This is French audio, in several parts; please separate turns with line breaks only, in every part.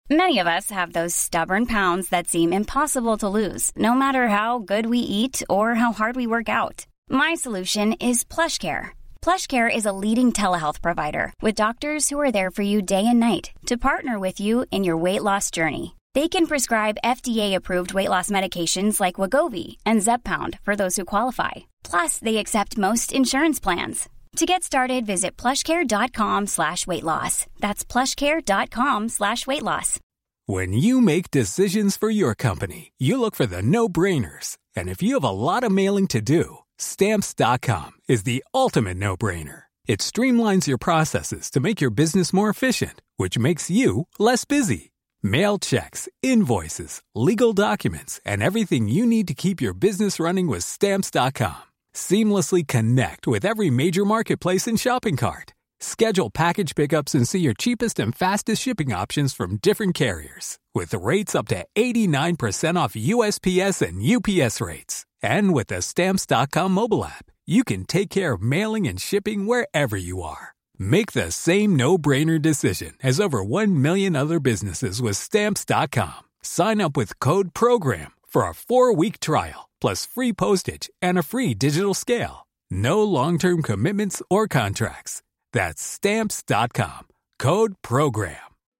Many of us have those stubborn pounds that seem impossible to lose, no matter how good we eat or how hard we work out. My solution is PlushCare. PlushCare is a leading telehealth provider with doctors who are there for you day and night to partner with you in your weight loss journey. They can prescribe FDA-approved weight loss medications like Wegovy and Zepbound for those who qualify. Plus, they accept most insurance plans. To get started, visit plushcare.com/weightloss. That's plushcare.com/weightloss.
When you make decisions for your company, you look for the no-brainers. And if you have a lot of mailing to do, Stamps.com is the ultimate no-brainer. It streamlines your processes to make your business more efficient, which makes you less busy. Mail checks, invoices, legal documents, and everything you need to keep your business running with Stamps.com. Seamlessly connect with every major marketplace and shopping cart. Schedule package pickups and see your cheapest and fastest shipping options from different carriers. With rates up to 89% off USPS and UPS rates. And with the Stamps.com mobile app, you can take care of mailing and shipping wherever you are. Make the same no-brainer decision as over 1 million other businesses with Stamps.com. Sign up with code PROGRAM for a 4-week trial, plus free postage and a free digital scale. No long-term commitments or contracts. That's Stamps.com. Code PROGRAM.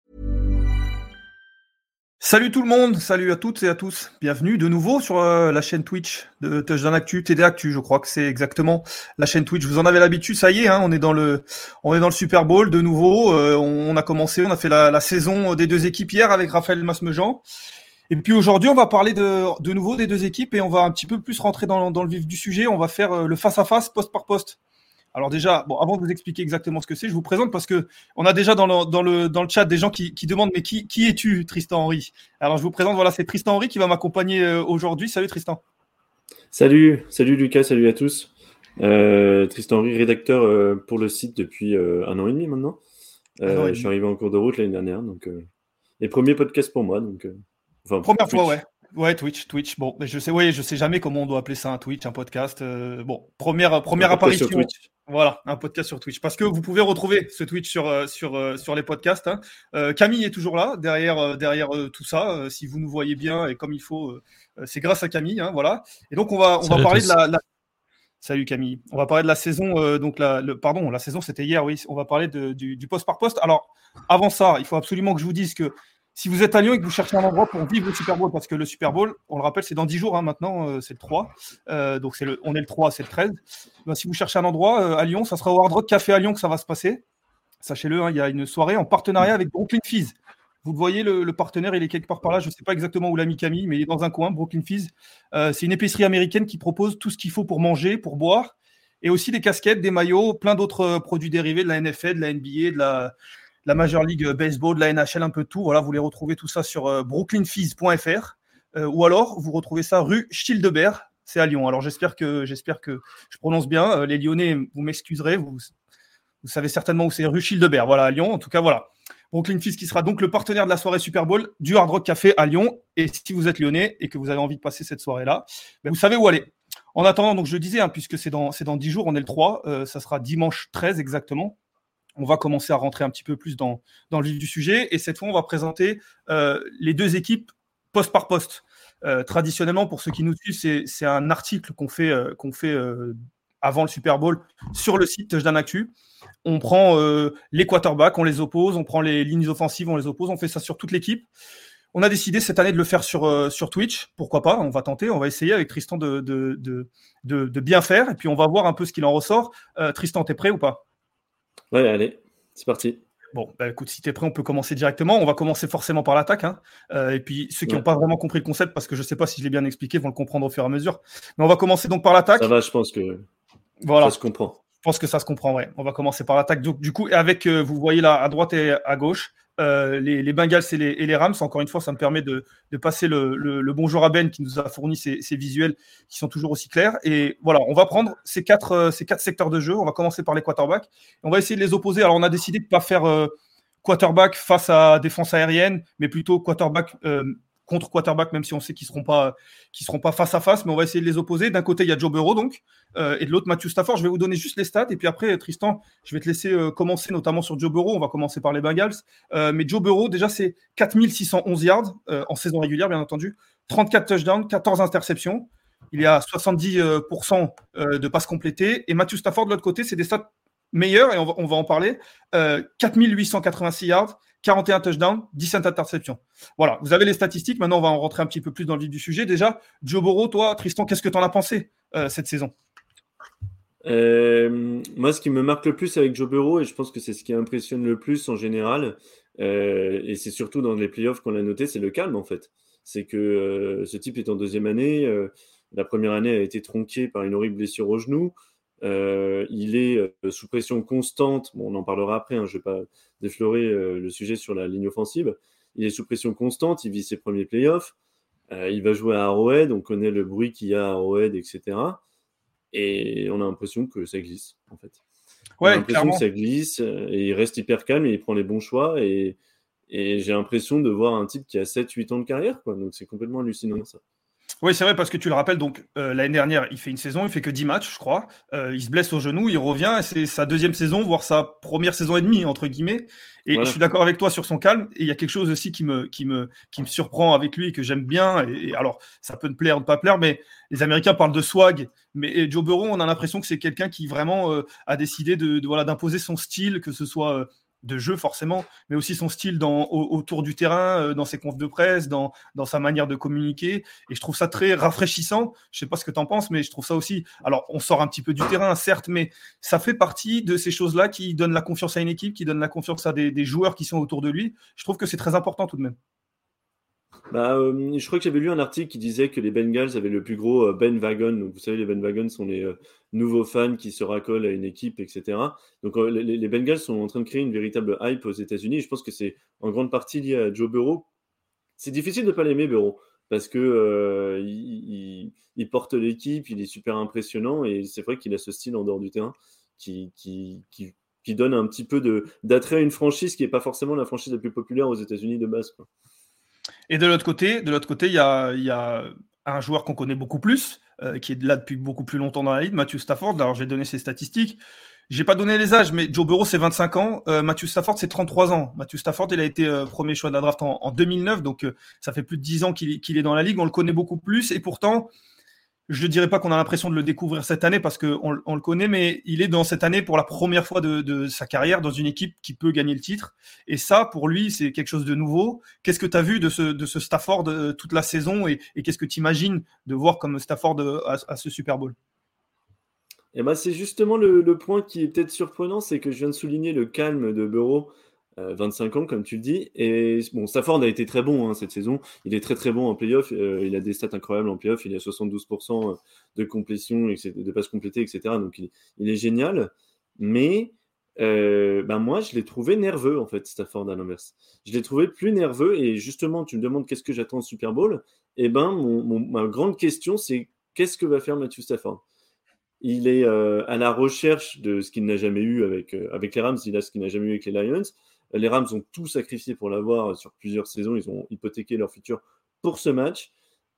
Salut tout le monde, salut à toutes et à tous. Bienvenue de nouveau sur la chaîne Twitch de Touchdown Actu, TD Actu, je crois que c'est exactement la chaîne Twitch. Vous en avez l'habitude, ça y est, hein, on est dans le Super Bowl de nouveau. On a fait la saison des deux équipes hier avec Raphaël Masmejean. Et puis aujourd'hui, on va parler de nouveau des deux équipes et on va un petit peu plus rentrer dans le vif du sujet. On va faire le face-à-face, poste par poste. Alors déjà, avant de vous expliquer exactement ce que c'est, je vous présente parce que on a déjà dans le chat des gens qui demandent mais qui es-tu, Tristan Henry? Alors je vous présente, voilà, c'est Tristan Henry qui va m'accompagner aujourd'hui. Salut Tristan.
Salut Lucas, salut à tous. Tristan Henry, rédacteur pour le site depuis 1 an et demi maintenant. Je suis arrivé en cours de route l'année dernière, donc les premiers podcasts pour moi.
Première Twitch. Fois, ouais. Ouais, Twitch. Bon, mais je sais jamais comment on doit appeler ça, un Twitch, un podcast. Première apparition. Sur Twitch. Voilà, un podcast sur Twitch. Parce que vous pouvez retrouver ce Twitch sur les podcasts. Hein. Camille est toujours là, derrière tout ça. Si vous nous voyez bien et comme il faut, c'est grâce à Camille. Hein, voilà. Et donc, on va parler de la... Salut Camille. On va parler de la saison. La saison, c'était hier, oui. On va parler du poste par poste. Alors, avant ça, il faut absolument que je vous dise que si vous êtes à Lyon et que vous cherchez un endroit pour vivre le Super Bowl, parce que le Super Bowl, on le rappelle, c'est dans 10 jours, hein, maintenant, c'est le 3. Donc, on est le 3, c'est le 13. Ben, si vous cherchez un endroit à Lyon, ça sera au Hard Rock Café à Lyon que ça va se passer. Sachez-le, hein, il y a une soirée en partenariat avec Brooklyn Fizz. Vous le voyez, le partenaire, il est quelque part par là. Je ne sais pas exactement où l'a mis Camille, mais il est dans un coin, Brooklyn Fizz. C'est une épicerie américaine qui propose tout ce qu'il faut pour manger, pour boire, et aussi des casquettes, des maillots, plein d'autres produits dérivés de la NFL, de la NBA, de la Major League Baseball, de la NHL, un peu de tout. Voilà, vous les retrouvez tout ça sur brooklynfizz.fr ou alors vous retrouvez ça rue Schildebert, c'est à Lyon. Alors j'espère que je prononce bien. Les Lyonnais, vous m'excuserez, vous savez certainement où c'est, rue Schildebert, voilà, à Lyon. En tout cas, voilà. Brooklyn Fizz qui sera donc le partenaire de la soirée Super Bowl du Hard Rock Café à Lyon. Et si vous êtes lyonnais et que vous avez envie de passer cette soirée-là, ben vous savez où aller. En attendant, donc je le disais, hein, puisque c'est dans 10 jours, on est le 3, ça sera dimanche 13 exactement. On va commencer à rentrer un petit peu plus dans le vif du sujet. Et cette fois, on va présenter les deux équipes poste par poste. Traditionnellement, pour ceux qui nous suivent, c'est un article qu'on fait avant le Super Bowl sur le site Touchdown Actu. On prend les quarterbacks, on les oppose, on prend les lignes offensives, on les oppose, on fait ça sur toute l'équipe. On a décidé cette année de le faire sur Twitch. Pourquoi pas? On va tenter, on va essayer avec Tristan de bien faire. Et puis, on va voir un peu ce qu'il en ressort. Tristan, t'es prêt ou pas?
Ouais, allez, c'est parti.
Bon, bah écoute, si t'es prêt, on peut commencer directement. On va commencer forcément par l'attaque. Hein. Et puis, ceux qui n'ont pas vraiment compris le concept, parce que je ne sais pas si je l'ai bien expliqué, vont le comprendre au fur et à mesure. Mais on va commencer donc par l'attaque.
Ça va, je pense que ça se comprend.
Je pense que ça se comprend, ouais. On va commencer par l'attaque. Donc, du coup, avec, vous voyez là, à droite et à gauche, les Bengals et les Rams. Encore une fois, ça me permet de passer le bonjour à Ben qui nous a fourni ces visuels qui sont toujours aussi clairs. Et voilà, on va prendre ces quatre secteurs de jeu. On va commencer par les quarterbacks. On va essayer de les opposer. Alors, on a décidé de ne pas faire quarterback face à défense aérienne, mais plutôt quarterback contre quarterback, même si on sait qu'ils seront pas face à face, mais on va essayer de les opposer. D'un côté, il y a Joe Burrow, donc, et de l'autre, Matthew Stafford. Je vais vous donner juste les stats, et puis après, Tristan, je vais te laisser commencer, notamment sur Joe Burrow. On va commencer par les Bengals. Mais Joe Burrow, déjà, c'est 4611 yards en saison régulière, bien entendu. 34 touchdowns, 14 interceptions. Il y a 70% de passes complétées. Et Matthew Stafford, de l'autre côté, c'est des stats meilleurs, et on va en parler. 4886 yards, 41 touchdowns, 17 interceptions. Voilà, vous avez les statistiques. Maintenant, on va en rentrer un petit peu plus dans le vif du sujet. Déjà, Joe Burrow, toi, Tristan, qu'est-ce que tu en as pensé cette saison ?
Moi, ce qui me marque le plus avec Joe Burrow, et je pense que c'est ce qui impressionne le plus en général, et c'est surtout dans les playoffs qu'on l'a noté, c'est le calme, en fait. C'est que ce type est en deuxième année. La première année a été tronquée par une horrible blessure au genou. Il est sous pression constante. Bon, on en parlera après, je ne vais pas déflorer le sujet sur la ligne offensive. Il est sous pression constante, il vit ses premiers playoffs. Il va jouer à Arrowhead, on connaît le bruit qu'il y a à Arrowhead, etc. Et on a l'impression que ça glisse, en fait. On a l'impression clairement que ça glisse, et il reste hyper calme, et il prend les bons choix. Et j'ai l'impression de voir un type qui a 7-8 ans de carrière, quoi. Donc c'est complètement hallucinant, ça.
Oui, c'est vrai, parce que tu le rappelles, donc l'année dernière, il fait une saison, il fait que 10 matchs, je crois. Il se blesse au genou, il revient, et c'est sa deuxième saison, voire sa première saison et demie, entre guillemets. Et voilà. Je suis d'accord avec toi sur son calme. Et il y a quelque chose aussi qui me surprend avec lui et que j'aime bien. Et alors, ça peut te plaire ou ne pas plaire, mais les Américains parlent de swag. Mais Joe Burrow, on a l'impression que c'est quelqu'un qui vraiment a décidé d'imposer son style, que ce soit de jeu forcément, mais aussi son style autour du terrain, dans ses confs de presse, dans sa manière de communiquer. Et je trouve ça très rafraîchissant. Je sais pas ce que tu en penses, mais je trouve ça aussi... Alors, on sort un petit peu du terrain, certes, mais ça fait partie de ces choses-là qui donnent la confiance à une équipe, qui donnent la confiance à des joueurs qui sont autour de lui. Je trouve que c'est très important tout de même.
Je crois que j'avais lu un article qui disait que les Bengals avaient le plus gros bandwagon. Donc, vous savez, les bandwagons sont les nouveaux fans qui se racolent à une équipe, etc. Donc, les Bengals sont en train de créer une véritable hype aux États-Unis. Je pense que c'est en grande partie lié à Joe Burrow. C'est difficile de ne pas l'aimer, Burrow, parce que il porte l'équipe, il est super impressionnant, et c'est vrai qu'il a ce style en dehors du terrain qui donne un petit peu d'attrait à une franchise qui n'est pas forcément la franchise la plus populaire aux États-Unis de base, quoi.
Et de l'autre côté, il y a un joueur qu'on connaît beaucoup plus, qui est là depuis beaucoup plus longtemps dans la ligue, Matthew Stafford. Alors, j'ai donné ses statistiques. J'ai pas donné les âges, mais Joe Burrow, c'est 25 ans. Matthew Stafford, c'est 33 ans. Matthew Stafford, il a été premier choix de la draft en 2009, donc ça fait plus de 10 ans qu'il est dans la ligue. On le connaît beaucoup plus, et pourtant, je ne dirais pas qu'on a l'impression de le découvrir cette année parce qu'on le connaît, mais il est dans cette année pour la première fois de sa carrière dans une équipe qui peut gagner le titre. Et ça, pour lui, c'est quelque chose de nouveau. Qu'est-ce que tu as vu de ce Stafford toute la saison, et qu'est-ce que tu imagines de voir comme Stafford à ce Super Bowl ?
C'est justement le point qui est peut-être surprenant, c'est que je viens de souligner le calme de Burrow. 25 ans, comme tu le dis. Et bon, Stafford a été très bon cette saison. Il est très très bon en playoff. Il a des stats incroyables en playoff. Il a 72% de complétion, de passes complétées, etc. Donc il est génial. Mais moi, je l'ai trouvé nerveux, en fait, Stafford, à l'inverse. Je l'ai trouvé plus nerveux. Et justement, tu me demandes qu'est-ce que j'attends au Super Bowl. Ma grande question, c'est qu'est-ce que va faire Matthew Stafford ? Il est à la recherche de ce qu'il n'a jamais eu avec les Rams. Il a ce qu'il n'a jamais eu avec les Lions. Les Rams ont tout sacrifié pour l'avoir sur plusieurs saisons. Ils ont hypothéqué leur futur pour ce match.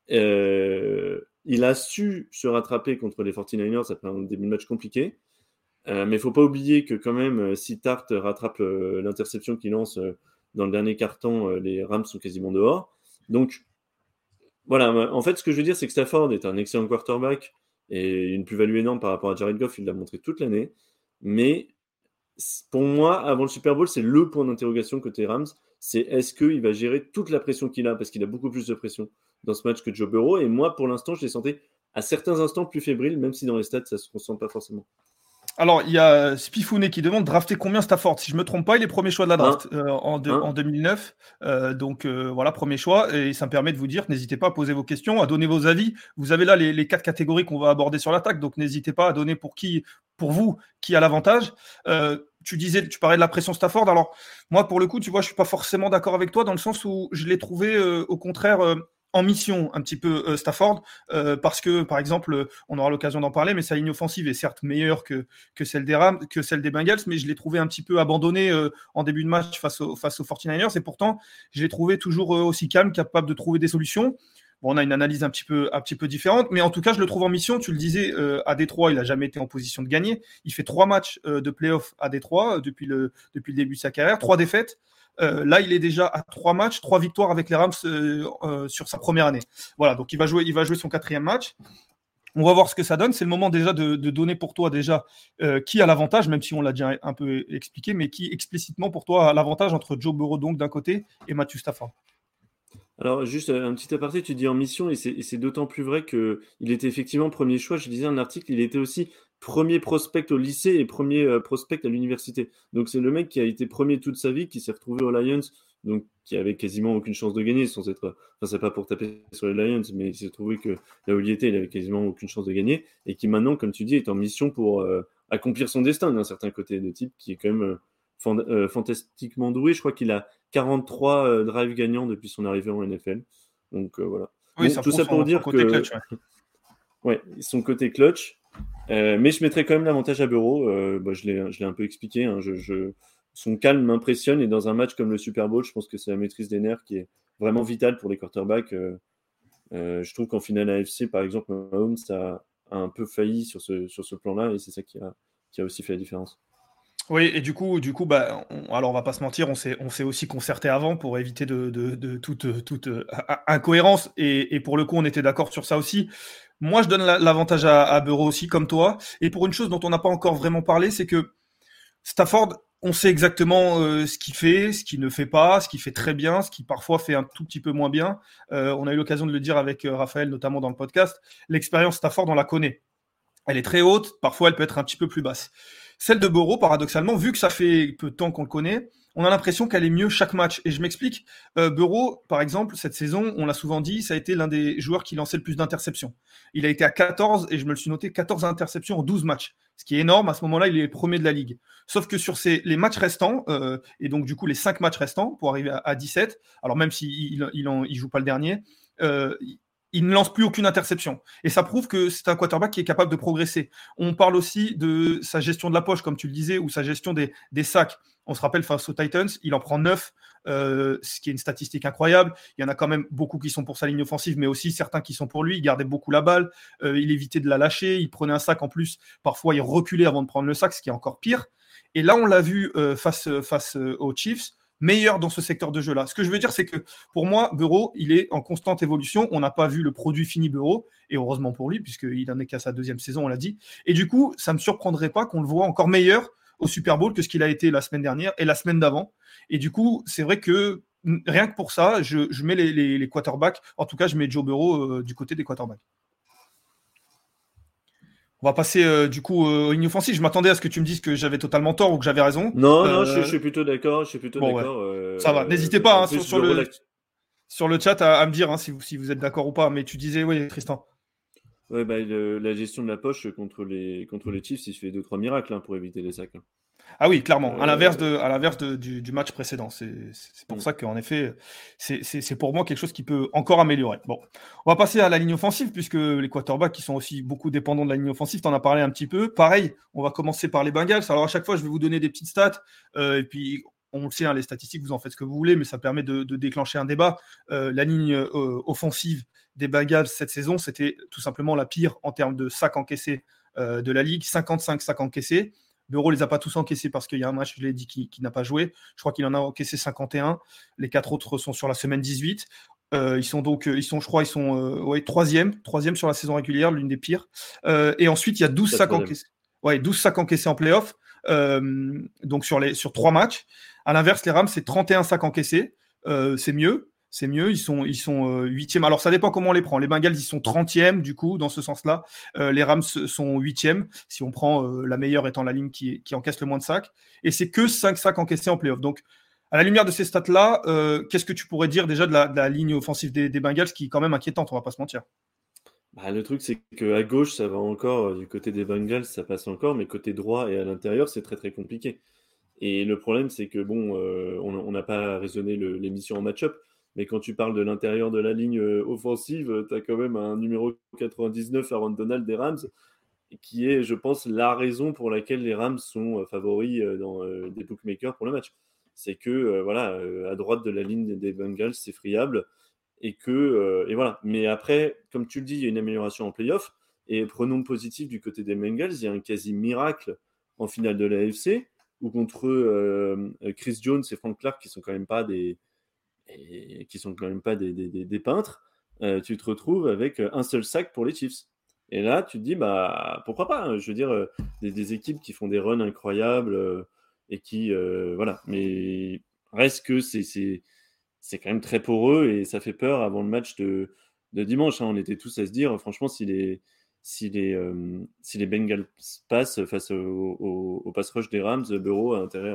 Il a su se rattraper contre les 49ers après un début de match compliqué. Mais il ne faut pas oublier que quand même, si Tart rattrape l'interception qu'il lance dans le dernier quart-temps, les Rams sont quasiment dehors. Donc, voilà. En fait, ce que je veux dire, c'est que Stafford est un excellent quarterback et une plus-value énorme par rapport à Jared Goff. Il l'a montré toute l'année. Mais pour moi, avant le Super Bowl, c'est le point d'interrogation côté Rams. C'est est-ce qu'il va gérer toute la pression qu'il a, parce qu'il a beaucoup plus de pression dans ce match que Joe Burrow. Et moi, pour l'instant, je l'ai senti à certains instants plus fébrile, même si dans les stats, ça ne se ressent pas forcément.
Alors, il y a Spifounet qui demande drafter combien Stafford. Si je ne me trompe pas, il est premier choix de la draft en 2009. Voilà, premier choix. Et ça me permet de vous dire, n'hésitez pas à poser vos questions, à donner vos avis. Vous avez là les 4 catégories qu'on va aborder sur l'attaque. Donc, n'hésitez pas à donner pour vous, qui a l'avantage. Tu parlais de la pression Stafford. Alors, moi, pour le coup, tu vois, je ne suis pas forcément d'accord avec toi dans le sens où je l'ai trouvé, au contraire, en mission un petit peu Stafford, parce que, par exemple, on aura l'occasion d'en parler, mais sa ligne offensive est certes meilleure que celle des Rams, que celle des Bengals, mais je l'ai trouvé un petit peu abandonné en début de match face aux 49ers, et pourtant, je l'ai trouvé toujours aussi calme, capable de trouver des solutions. Bon, on a une analyse un petit peu différente, mais en tout cas, je le trouve en mission. Tu le disais, à Détroit, il n'a jamais été en position de gagner. Il fait 3 matchs de play-off à Détroit depuis le début de sa carrière, 3 défaites. Là, il est déjà à 3 matchs, 3 victoires avec les Rams sur sa première année. Voilà, donc il va jouer son 4e match. On va voir ce que ça donne. C'est le moment déjà de donner pour toi déjà qui a l'avantage, même si on l'a déjà un peu expliqué, mais qui explicitement pour toi a l'avantage entre Joe Burrow donc d'un côté et Matthew Stafford.
Alors, juste un petit aparté, tu dis en mission, et c'est d'autant plus vrai qu'il était effectivement premier choix. Je lisais un article, il était aussi premier prospect au lycée et premier prospect à l'université. Donc, c'est le mec qui a été premier toute sa vie, qui s'est retrouvé aux Lions, donc qui avait quasiment aucune chance de gagner, sans être. Enfin, c'est pas pour taper sur les Lions, mais il s'est trouvé que là où il était, il avait quasiment aucune chance de gagner, et qui maintenant, comme tu dis, est en mission pour accomplir son destin d'un certain côté, de type qui est quand même fantastiquement doué. Je crois qu'il a 43 drives gagnants depuis son arrivée en NFL. Donc voilà.
Oui,
bon,
ça
tout ça pour dire
côté
que
clutch,
ouais, son côté clutch. Mais je mettrais quand même l'avantage à Burrow. Je l'ai un peu expliqué. Hein. Son calme m'impressionne, et dans un match comme le Super Bowl, je pense que c'est la maîtrise des nerfs qui est vraiment vitale pour les quarterbacks. Je trouve qu'en finale AFC, par exemple, Mahomes a un peu failli sur ce plan-là, et c'est ça qui a aussi fait la différence.
Oui, et du coup, alors on va pas se mentir, on s'est aussi concerté avant pour éviter de toute incohérence, et pour le coup, on était d'accord sur ça aussi. Moi, je donne l'avantage à Burrow aussi, comme toi. Et pour une chose dont on n'a pas encore vraiment parlé, c'est que Stafford, on sait exactement ce qu'il fait, ce qu'il ne fait pas, ce qu'il fait très bien, ce qui parfois fait un tout petit peu moins bien. On a eu l'occasion de le dire avec Raphaël, notamment dans le podcast. L'expérience Stafford, on la connaît. Elle est très haute, parfois elle peut être un petit peu plus basse. Celle de Burrow, paradoxalement, vu que ça fait peu de temps qu'on le connaît, on a l'impression qu'elle est mieux chaque match. Et je m'explique. Burrow, par exemple, cette saison, on l'a souvent dit, ça a été l'un des joueurs qui lançait le plus d'interceptions. Il a été à 14, et je me le suis noté, 14 interceptions en 12 matchs. Ce qui est énorme. À ce moment-là, il est le premier de la ligue. Sauf que sur les matchs restants, et donc du coup les 5 matchs restants, pour arriver à 17, alors même s'il il joue pas le dernier, il ne lance plus aucune interception. Et ça prouve que c'est un quarterback qui est capable de progresser. On parle aussi de sa gestion de la poche, comme tu le disais, ou sa gestion des sacs. On se rappelle, face aux Titans, il en prend 9, ce qui est une statistique incroyable. Il y en a quand même beaucoup qui sont pour sa ligne offensive, mais aussi certains qui sont pour lui. Il gardait beaucoup la balle, il évitait de la lâcher, il prenait un sac en plus. Parfois, il reculait avant de prendre le sac, ce qui est encore pire. Et là, on l'a vu face aux Chiefs, meilleur dans ce secteur de jeu-là. Ce que je veux dire, c'est que pour moi, Burrow, il est en constante évolution. On n'a pas vu le produit fini Burrow, et heureusement pour lui, puisqu'il n'en est qu'à sa 2e saison, on l'a dit. Et du coup, ça ne me surprendrait pas qu'on le voit encore meilleur au Super Bowl que ce qu'il a été la semaine dernière et la semaine d'avant. Et du coup, c'est vrai que rien que pour ça, je mets les quarterbacks. En tout cas, je mets Joe Burrow du côté des quarterbacks. On va passer du coup aux lignes offensives. Je m'attendais à ce que tu me dises que j'avais totalement tort ou que j'avais raison.
Non, je suis plutôt d'accord.
D'accord. Ça va. N'hésitez pas sur le chat à me dire si vous êtes d'accord ou pas. Mais tu disais, oui, Tristan.
Ouais, la gestion de la poche contre les Chiefs, il se fait 2-3 miracles pour éviter les sacs.
Ah oui, clairement. À l'inverse du match précédent. C'est pour ça qu'en effet, c'est pour moi quelque chose qui peut encore améliorer. Bon, on va passer à la ligne offensive, puisque les quarterbacks qui sont aussi beaucoup dépendants de la ligne offensive, tu en as parlé un petit peu. Pareil, on va commencer par les Bengals. Alors à chaque fois, je vais vous donner des petites stats. Et puis, on le sait, les statistiques, vous en faites ce que vous voulez, mais ça permet de déclencher un débat. La ligne offensive des Bengals cette saison, c'était tout simplement la pire en termes de sacs encaissés de la ligue. 55 sacs encaissés. Burrow les a pas tous encaissés parce qu'il y a un match, je l'ai dit, qui n'a pas joué. Je crois qu'il en a encaissé 51. Les 4 autres sont sur la semaine 18. Ils sont troisième sur la saison régulière, l'une des pires. Et ensuite, il y a 12 sacs encaissés. Ouais, 12 sacs encaissés en play-off, donc sur 3 matchs. À l'inverse, les Rams, c'est 31 sacs encaissés. C'est mieux. Ils sont 8e. Alors, ça dépend comment on les prend. Les Bengals, ils sont 30e, du coup, dans ce sens-là. Les Rams sont 8e, si on prend la meilleure étant la ligne qui encaisse le moins de sacs. Et c'est que 5 sacs encaissés en play-off. Donc, à la lumière de ces stats-là, qu'est-ce que tu pourrais dire déjà de la ligne offensive des Bengals, qui est quand même inquiétante, on va pas se mentir.
Le truc, c'est qu'à gauche, ça va encore. Du côté des Bengals, ça passe encore. Mais côté droit et à l'intérieur, c'est très, très compliqué. Et le problème, c'est que, on n'a pas raisonné l'émission en match-up. Mais quand tu parles de l'intérieur de la ligne offensive, tu as quand même un numéro 99, Aaron Donald des Rams, qui est, je pense, la raison pour laquelle les Rams sont favoris dans des bookmakers pour le match. C'est que, à droite de la ligne des Bengals, c'est friable. Et voilà. Mais après, comme tu le dis, il y a une amélioration en playoff. Et prenons le positif du côté des Bengals, il y a un quasi miracle en finale de l'AFC, où contre Chris Jones et Frank Clark, qui sont quand même pas des peintres, tu te retrouves avec un seul sac pour les Chiefs. Et là, tu te dis, pourquoi pas, hein. Je veux dire, des équipes qui font des runs incroyables et qui, voilà. Mais reste que c'est quand même très poreux et ça fait peur avant le match de dimanche, hein. On était tous à se dire, franchement, si les Bengals passent face au pass rush des Rams, Burrow a intérêt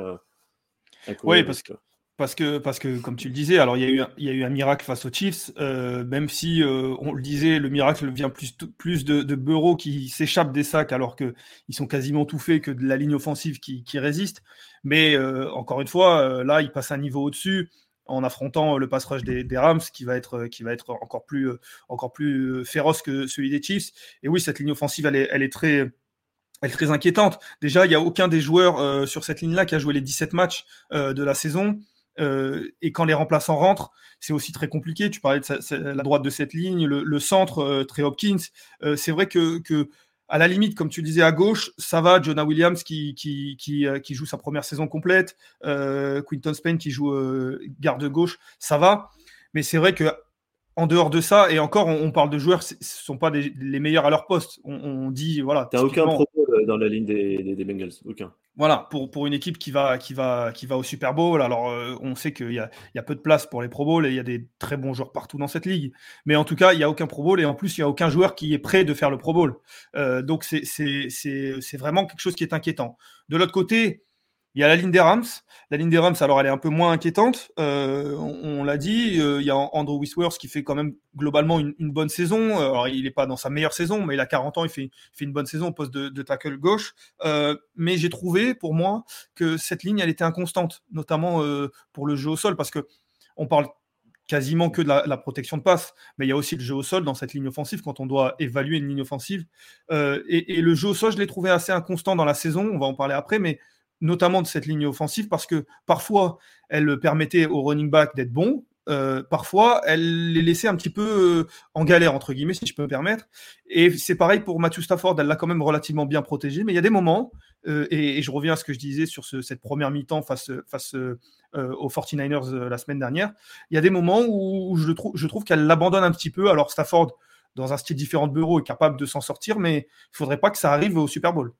à courir.
Oui, parce que, comme tu le disais, alors il y a eu un miracle face aux Chiefs, même si on le disait, le miracle vient plus de Burrow qui s'échappe des sacs alors qu'ils sont quasiment tout faits, que de la ligne offensive qui résiste. Mais encore une fois, là, il passe un niveau au-dessus en affrontant le pass rush des Rams qui va être encore plus féroce que celui des Chiefs. Et oui, cette ligne offensive, elle est très inquiétante. Déjà, il n'y a aucun des joueurs sur cette ligne-là qui a joué les 17 matchs de la saison. Et quand les remplaçants rentrent, c'est aussi très compliqué. Tu parlais de la droite de cette ligne, le centre, Trey Hopkins. C'est vrai que à la limite, comme tu le disais, à gauche, ça va. Jonah Williams qui joue sa première saison complète. Quinton Spain qui joue garde gauche, ça va. Mais c'est vrai que en dehors de ça, et encore, on parle de joueurs, ce ne sont pas les meilleurs à leur poste. On dit, voilà.
Tu n'as aucun Pro Bowl dans la ligne des Bengals, aucun.
Voilà, pour une équipe qui va au Super Bowl. Alors, on sait qu'il y a peu de place pour les Pro Bowl et il y a des très bons joueurs partout dans cette ligue. Mais en tout cas, il n'y a aucun Pro Bowl et en plus, il n'y a aucun joueur qui est prêt de faire le Pro Bowl. Donc, c'est vraiment quelque chose qui est inquiétant. De l'autre côté, il y a la ligne des Rams. La ligne des Rams, alors, elle est un peu moins inquiétante. On l'a dit, il y a Andrew Whitworth qui fait quand même globalement une bonne saison. Alors, il n'est pas dans sa meilleure saison, mais il a 40 ans, il fait une bonne saison au poste de tackle gauche. Mais j'ai trouvé, pour moi, que cette ligne, elle était inconstante, notamment pour le jeu au sol, parce que on parle quasiment que de la protection de passe, mais il y a aussi le jeu au sol dans cette ligne offensive quand on doit évaluer une ligne offensive. Et le jeu au sol, je l'ai trouvé assez inconstant dans la saison, on va en parler après, mais notamment de cette ligne offensive, parce que parfois, elle permettait aux running back d'être bons, parfois, elle les laissait un petit peu en galère, entre guillemets, si je peux me permettre. Et c'est pareil pour Matthew Stafford, elle l'a quand même relativement bien protégé, mais il y a des moments, et je reviens à ce que je disais sur cette première mi-temps face aux 49ers la semaine dernière, il y a des moments où je trouve qu'elle l'abandonne un petit peu. Alors Stafford, dans un style différent de Burrow, est capable de s'en sortir, mais il ne faudrait pas que ça arrive au Super Bowl.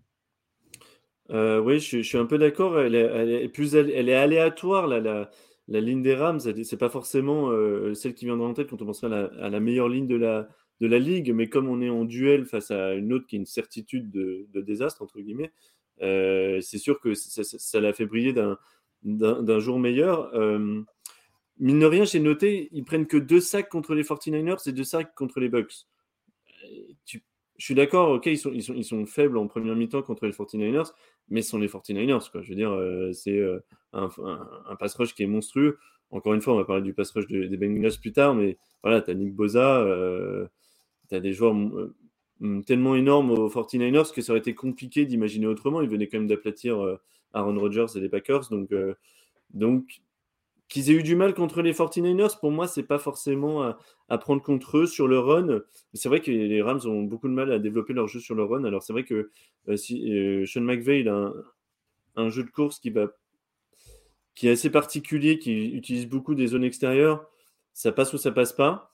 Oui, je suis un peu d'accord. Elle est aléatoire, la ligne des Rams. C'est pas forcément celle qui viendra en tête quand on penserait à la meilleure ligne de la ligue, mais comme on est en duel face à une autre qui est une certitude de désastre, entre guillemets, c'est sûr que ça l'a fait briller d'un jour meilleur. Mine de rien, j'ai noté, ils prennent que 2 sacs contre les 49ers et 2 sacs contre les Bucks. Je suis d'accord, ok, ils sont faibles en première mi-temps contre les 49ers, mais ce sont les 49ers, quoi. Je veux dire, c'est un pass rush qui est monstrueux. Encore une fois, on va parler du pass rush des Bengals plus tard, mais voilà, tu as Nick Bosa, tu as des joueurs tellement énormes aux 49ers que ça aurait été compliqué d'imaginer autrement. Ils venaient quand même d'aplatir Aaron Rodgers et les Packers, donc qu'ils aient eu du mal contre les 49ers, pour moi, c'est pas forcément à prendre contre eux sur le run. C'est vrai que les Rams ont beaucoup de mal à développer leur jeu sur le run. Alors, c'est vrai que si Sean McVay, il a un jeu de course qui est assez particulier, qui utilise beaucoup des zones extérieures. Ça passe ou ça passe pas.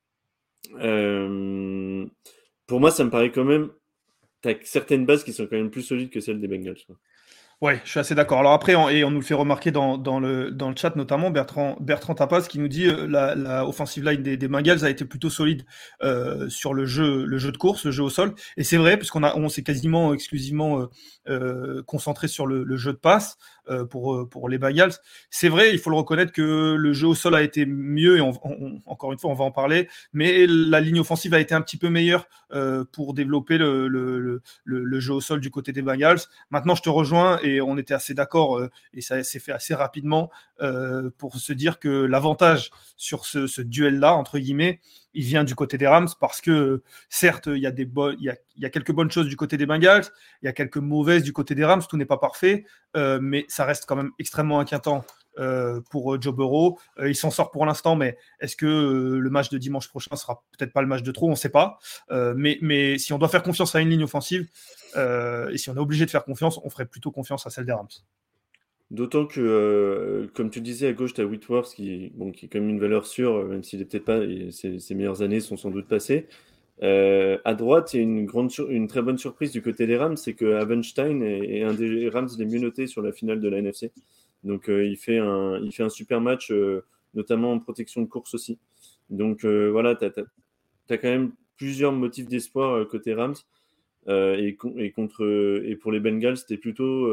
Pour moi, ça me paraît quand même... T'as certaines bases qui sont quand même plus solides que celles des Bengals, quoi.
Ouais, je suis assez d'accord. Alors après, on nous le fait remarquer dans le chat, notamment Bertrand Tapas qui nous dit la offensive line des Bengals a été plutôt solide sur le jeu de course, le jeu au sol. Et c'est vrai, puisqu'on s'est quasiment exclusivement concentré sur le jeu de passe pour les Bengals. C'est vrai, il faut le reconnaître que le jeu au sol a été mieux, et encore une fois, on va en parler, mais la ligne offensive a été un petit peu meilleure pour développer le jeu au sol du côté des Bengals. Maintenant, je te rejoins, et on était assez d'accord, et ça s'est fait assez rapidement, pour se dire que l'avantage sur ce duel-là, entre guillemets, il vient du côté des Rams parce que, certes, il y a quelques bonnes choses du côté des Bengals, il y a quelques mauvaises du côté des Rams, tout n'est pas parfait, mais ça reste quand même extrêmement inquiétant pour Joe Burrow. Il s'en sort pour l'instant, mais est-ce que le match de dimanche prochain sera peut-être pas le match de trop? On ne sait pas. Mais si on doit faire confiance à une ligne offensive, et si on est obligé de faire confiance, on ferait plutôt confiance à celle des Rams.
D'autant que, comme tu disais, à gauche, tu as Whitworth qui est quand même une valeur sûre, même s'il n'est peut-être pas, ses meilleures années sont sans doute passées. À droite, il y a une très bonne surprise du côté des Rams, c'est que Havenstein est un des Rams les mieux notés sur la finale de la NFC. Donc il fait un super match, notamment en protection de course aussi. Donc voilà, tu as quand même plusieurs motifs d'espoir côté Rams. Et pour les Bengals, c'était plutôt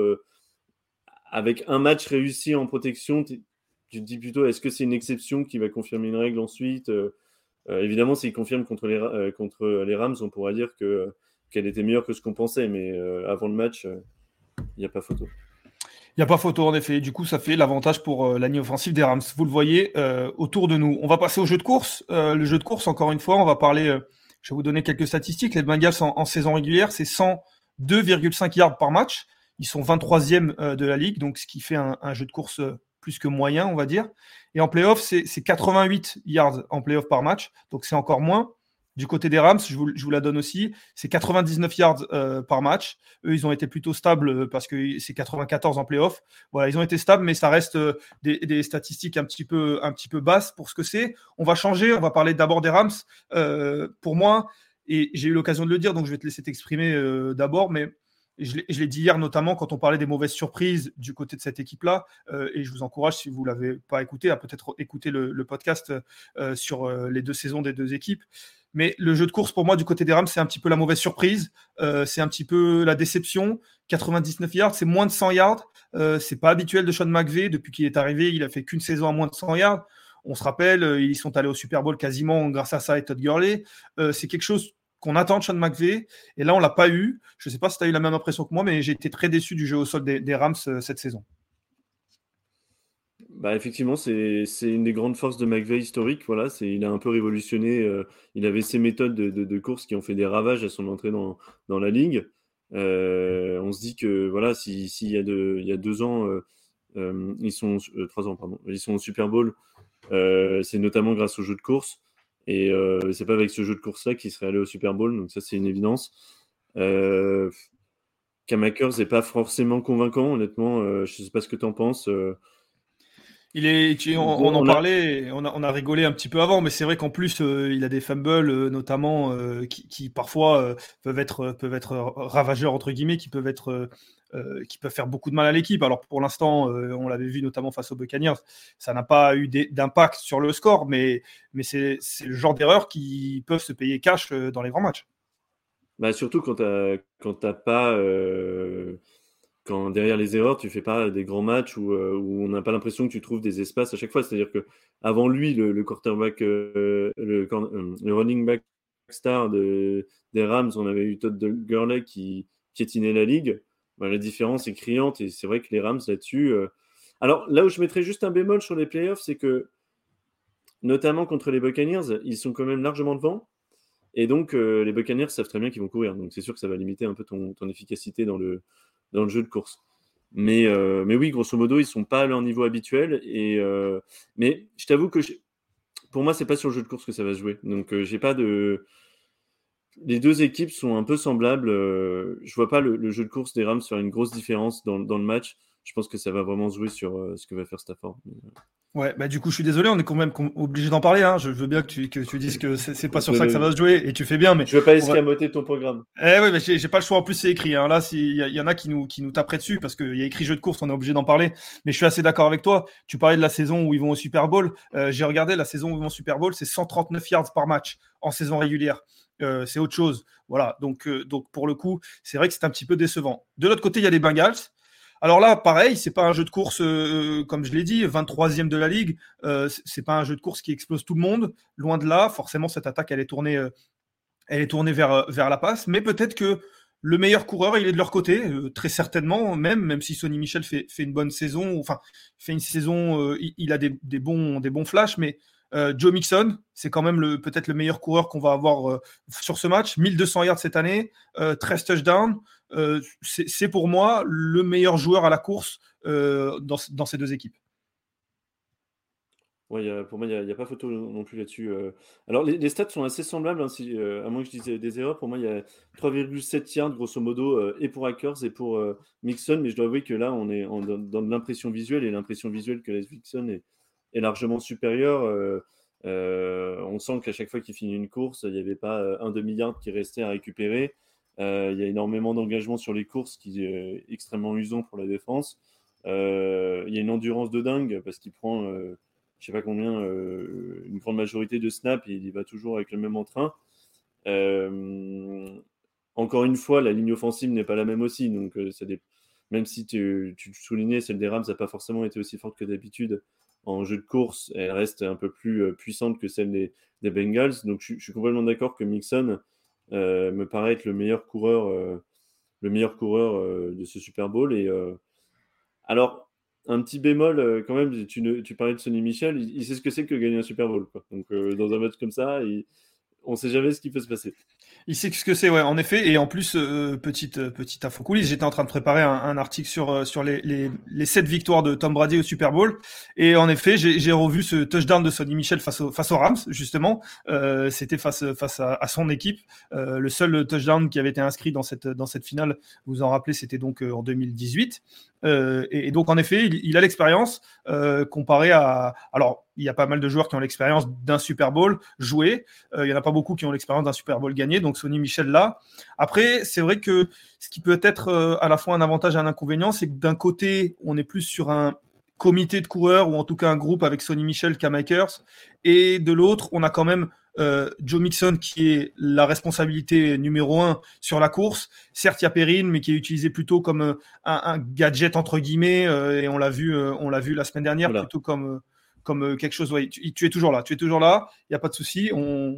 avec un match réussi en protection, tu te dis plutôt est-ce que c'est une exception qui va confirmer une règle ensuite? Évidemment, s'il confirme contre les Rams, on pourra dire qu'elle était meilleure que ce qu'on pensait, mais avant le match, il n'y a pas photo.
Il n'y a pas photo, en effet. Du coup, ça fait l'avantage pour la ligne offensive des Rams. Vous le voyez autour de nous. On va passer au jeu de course. Le jeu de course, encore une fois, on va parler... je vais vous donner quelques statistiques. Les Bengals en saison régulière, c'est 102,5 yards par match. Ils sont 23e de la ligue, donc ce qui fait un jeu de course plus que moyen, on va dire. Et en play-off, c'est 88 yards en play-off par match, donc c'est encore moins. Du côté des Rams, je vous la donne aussi, c'est 99 yards par match. Eux, ils ont été plutôt stables parce que c'est 94 en play-off. Voilà, ils ont été stables, mais ça reste des statistiques un petit peu basses pour ce que c'est. On va changer, on va parler d'abord des Rams. Pour moi, et j'ai eu l'occasion de le dire, donc je vais te laisser t'exprimer d'abord, mais je l'ai dit hier, notamment quand on parlait des mauvaises surprises du côté de cette équipe-là, et je vous encourage, si vous ne l'avez pas écouté, à peut-être écouter le podcast sur les deux saisons des deux équipes. Mais le jeu de course, pour moi, du côté des Rams, c'est un petit peu la mauvaise surprise, c'est un petit peu la déception. 99 yards, c'est moins de 100 yards. C'est pas habituel de Sean McVay. Depuis qu'il est arrivé, il a fait qu'une saison à moins de 100 yards. On se rappelle, ils sont allés au Super Bowl quasiment grâce à ça et Todd Gurley. C'est quelque chose qu'on attend de Sean McVay, et là on l'a pas eu. Je ne sais pas si tu as eu la même impression que moi, mais j'ai été très déçu du jeu au sol des Rams cette saison.
Bah effectivement, c'est une des grandes forces de McVay historique. Voilà, il a un peu révolutionné. Il avait ses méthodes de course qui ont fait des ravages à son entrée dans la ligue. On se dit que voilà, il y a 2 ans, ils sont 3 ans, pardon, ils sont au Super Bowl. C'est notamment grâce au jeu de course. Et c'est pas avec ce jeu de course-là qu'il serait allé au Super Bowl, donc ça c'est une évidence. Cam Akers n'est pas forcément convaincant, honnêtement. Je sais pas ce que tu en penses.
On en parlait, on a rigolé un petit peu avant, mais c'est vrai qu'en plus il a des fumbles notamment qui parfois peuvent être ravageurs entre guillemets, qui peuvent faire beaucoup de mal à l'équipe. Alors pour l'instant, on l'avait vu notamment face aux Buccaneers, ça n'a pas eu d'impact sur le score, mais c'est le genre d'erreurs qui peuvent se payer cash dans les grands matchs.
Bah surtout quand t'as pas quand derrière les erreurs, tu fais pas des grands matchs où on n'a pas l'impression que tu trouves des espaces à chaque fois. C'est-à-dire que avant lui, le quarterback, le running back star des Rams, on avait eu Todd Gurley qui piétinait la ligue. Bah, la différence est criante, et c'est vrai que les Rams là-dessus. Alors là où je mettrais juste un bémol sur les playoffs, c'est que notamment contre les Buccaneers, ils sont quand même largement devant. Et donc les Buccaneers savent très bien qu'ils vont courir. Donc c'est sûr que ça va limiter un peu ton efficacité dans le jeu de course. Mais oui, grosso modo, ils ne sont pas à leur niveau habituel. Mais je t'avoue que pour moi, ce n'est pas sur le jeu de course que ça va se jouer. Donc, j'ai pas de... Les deux équipes sont un peu semblables. Je ne vois pas le jeu de course des Rams faire une grosse différence dans le match. Je pense que ça va vraiment se jouer sur ce que va faire Stafford.
Ouais, bah du coup, je suis désolé, on est quand même obligé d'en parler. Hein. Je veux bien que tu dises que c'est pas sur ça que ça va se jouer, et tu fais bien. Mais
je veux pas escamoter ton programme.
Oui, mais j'ai pas le choix. En plus, c'est écrit. Hein. Là, il y en a qui nous taperaient dessus parce qu'il y a écrit jeu de course, on est obligé d'en parler. Mais je suis assez d'accord avec toi. Tu parlais de la saison où ils vont au Super Bowl. J'ai regardé la saison où ils vont au Super Bowl, c'est 139 yards par match en saison régulière. C'est autre chose. Voilà. Donc pour le coup, c'est vrai que c'est un petit peu décevant. De l'autre côté, il y a les Bengals. Alors là, pareil, c'est pas un jeu de course, comme je l'ai dit, 23e de la ligue. C'est pas un jeu de course qui explose tout le monde. Loin de là, forcément, cette attaque, elle est tournée vers la passe. Mais peut-être que le meilleur coureur, il est de leur côté, très certainement, même si Sonny Michel fait une bonne saison, enfin, fait une saison, il a des bons flashs, mais Joe Mixon, c'est quand même peut-être le meilleur coureur qu'on va avoir sur ce match. 1200 yards cette année, 13 touchdowns. C'est pour moi le meilleur joueur à la course dans ces deux équipes.
Ouais, pour moi, il n'y a pas photo non plus là-dessus. Alors, les stats sont assez semblables, hein, à moins que je dise des erreurs. Pour moi, il y a 3,7 yards, grosso modo, et pour Akers et pour Mixon. Mais je dois avouer que là, on est dans de l'impression visuelle, et l'impression visuelle que laisse Mixon est largement supérieure. On sent qu'à chaque fois qu'il finit une course, il n'y avait pas un demi-yard qui restait à récupérer. Il y a énormément d'engagement sur les courses qui est extrêmement usant pour la défense. Il y a une endurance de dingue parce qu'il prend... je sais pas combien, une grande majorité de snaps, et il va toujours avec le même entrain. Encore une fois, la ligne offensive n'est pas la même aussi, donc même si tu soulignais, celle des Rams n'a pas forcément été aussi forte que d'habitude en jeu de course, elle reste un peu plus puissante que celle des Bengals, donc je suis complètement d'accord que Mixon me paraît être le meilleur coureur de ce Super Bowl. Et alors, un petit bémol quand même, tu parlais de Sonny Michel, il sait ce que c'est que gagner un Super Bowl, quoi. Donc dans un match comme ça, on ne sait jamais ce qui peut se passer.
Il sait ce que c'est, ouais, en effet. Et en plus, petite info coulisse, j'étais en train de préparer un article sur les 7 victoires de Tom Brady au Super Bowl. Et en effet, j'ai revu ce touchdown de Sonny Michel face aux Rams, justement. C'était face à son équipe. Le seul touchdown qui avait été inscrit dans cette finale, vous vous en rappelez, c'était donc en 2018. Et donc, en effet, il a l'expérience comparé à... Alors, il y a pas mal de joueurs qui ont l'expérience d'un Super Bowl joué. Il n'y en a pas beaucoup qui ont l'expérience d'un Super Bowl gagné. Donc, Sonny Michel là. Après, c'est vrai que ce qui peut être à la fois un avantage et un inconvénient, c'est que d'un côté, on est plus sur un comité de coureurs ou en tout cas un groupe avec Sonny Michel, Cam Akers. Et de l'autre, on a quand même Joe Mixon qui est la responsabilité numéro 1 sur la course. Certes, il y a Perrine, mais qui est utilisé plutôt comme un gadget entre guillemets, et on l'a vu la semaine dernière, voilà. Plutôt comme quelque chose. Ouais, tu es toujours là, il n'y a pas de souci.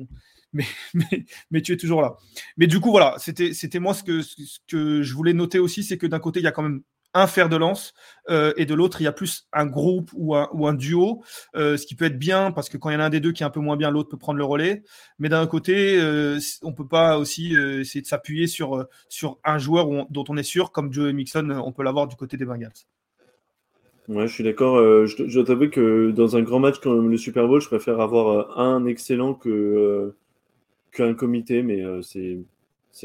Mais tu es toujours là. Mais du coup, voilà, c'était moi ce que je voulais noter aussi, c'est que d'un côté, il y a quand même un fer de lance, et de l'autre, il y a plus un groupe ou un duo, ce qui peut être bien, parce que quand il y en a un des deux qui est un peu moins bien, l'autre peut prendre le relais. Mais d'un côté, on peut pas aussi essayer de s'appuyer sur un joueur dont on est sûr, comme Joe Mixon, on peut l'avoir du côté des Bengals.
Ouais, je suis d'accord. Je dois t'avouer que dans un grand match comme le Super Bowl, je préfère avoir un excellent qu'un comité, mais c'est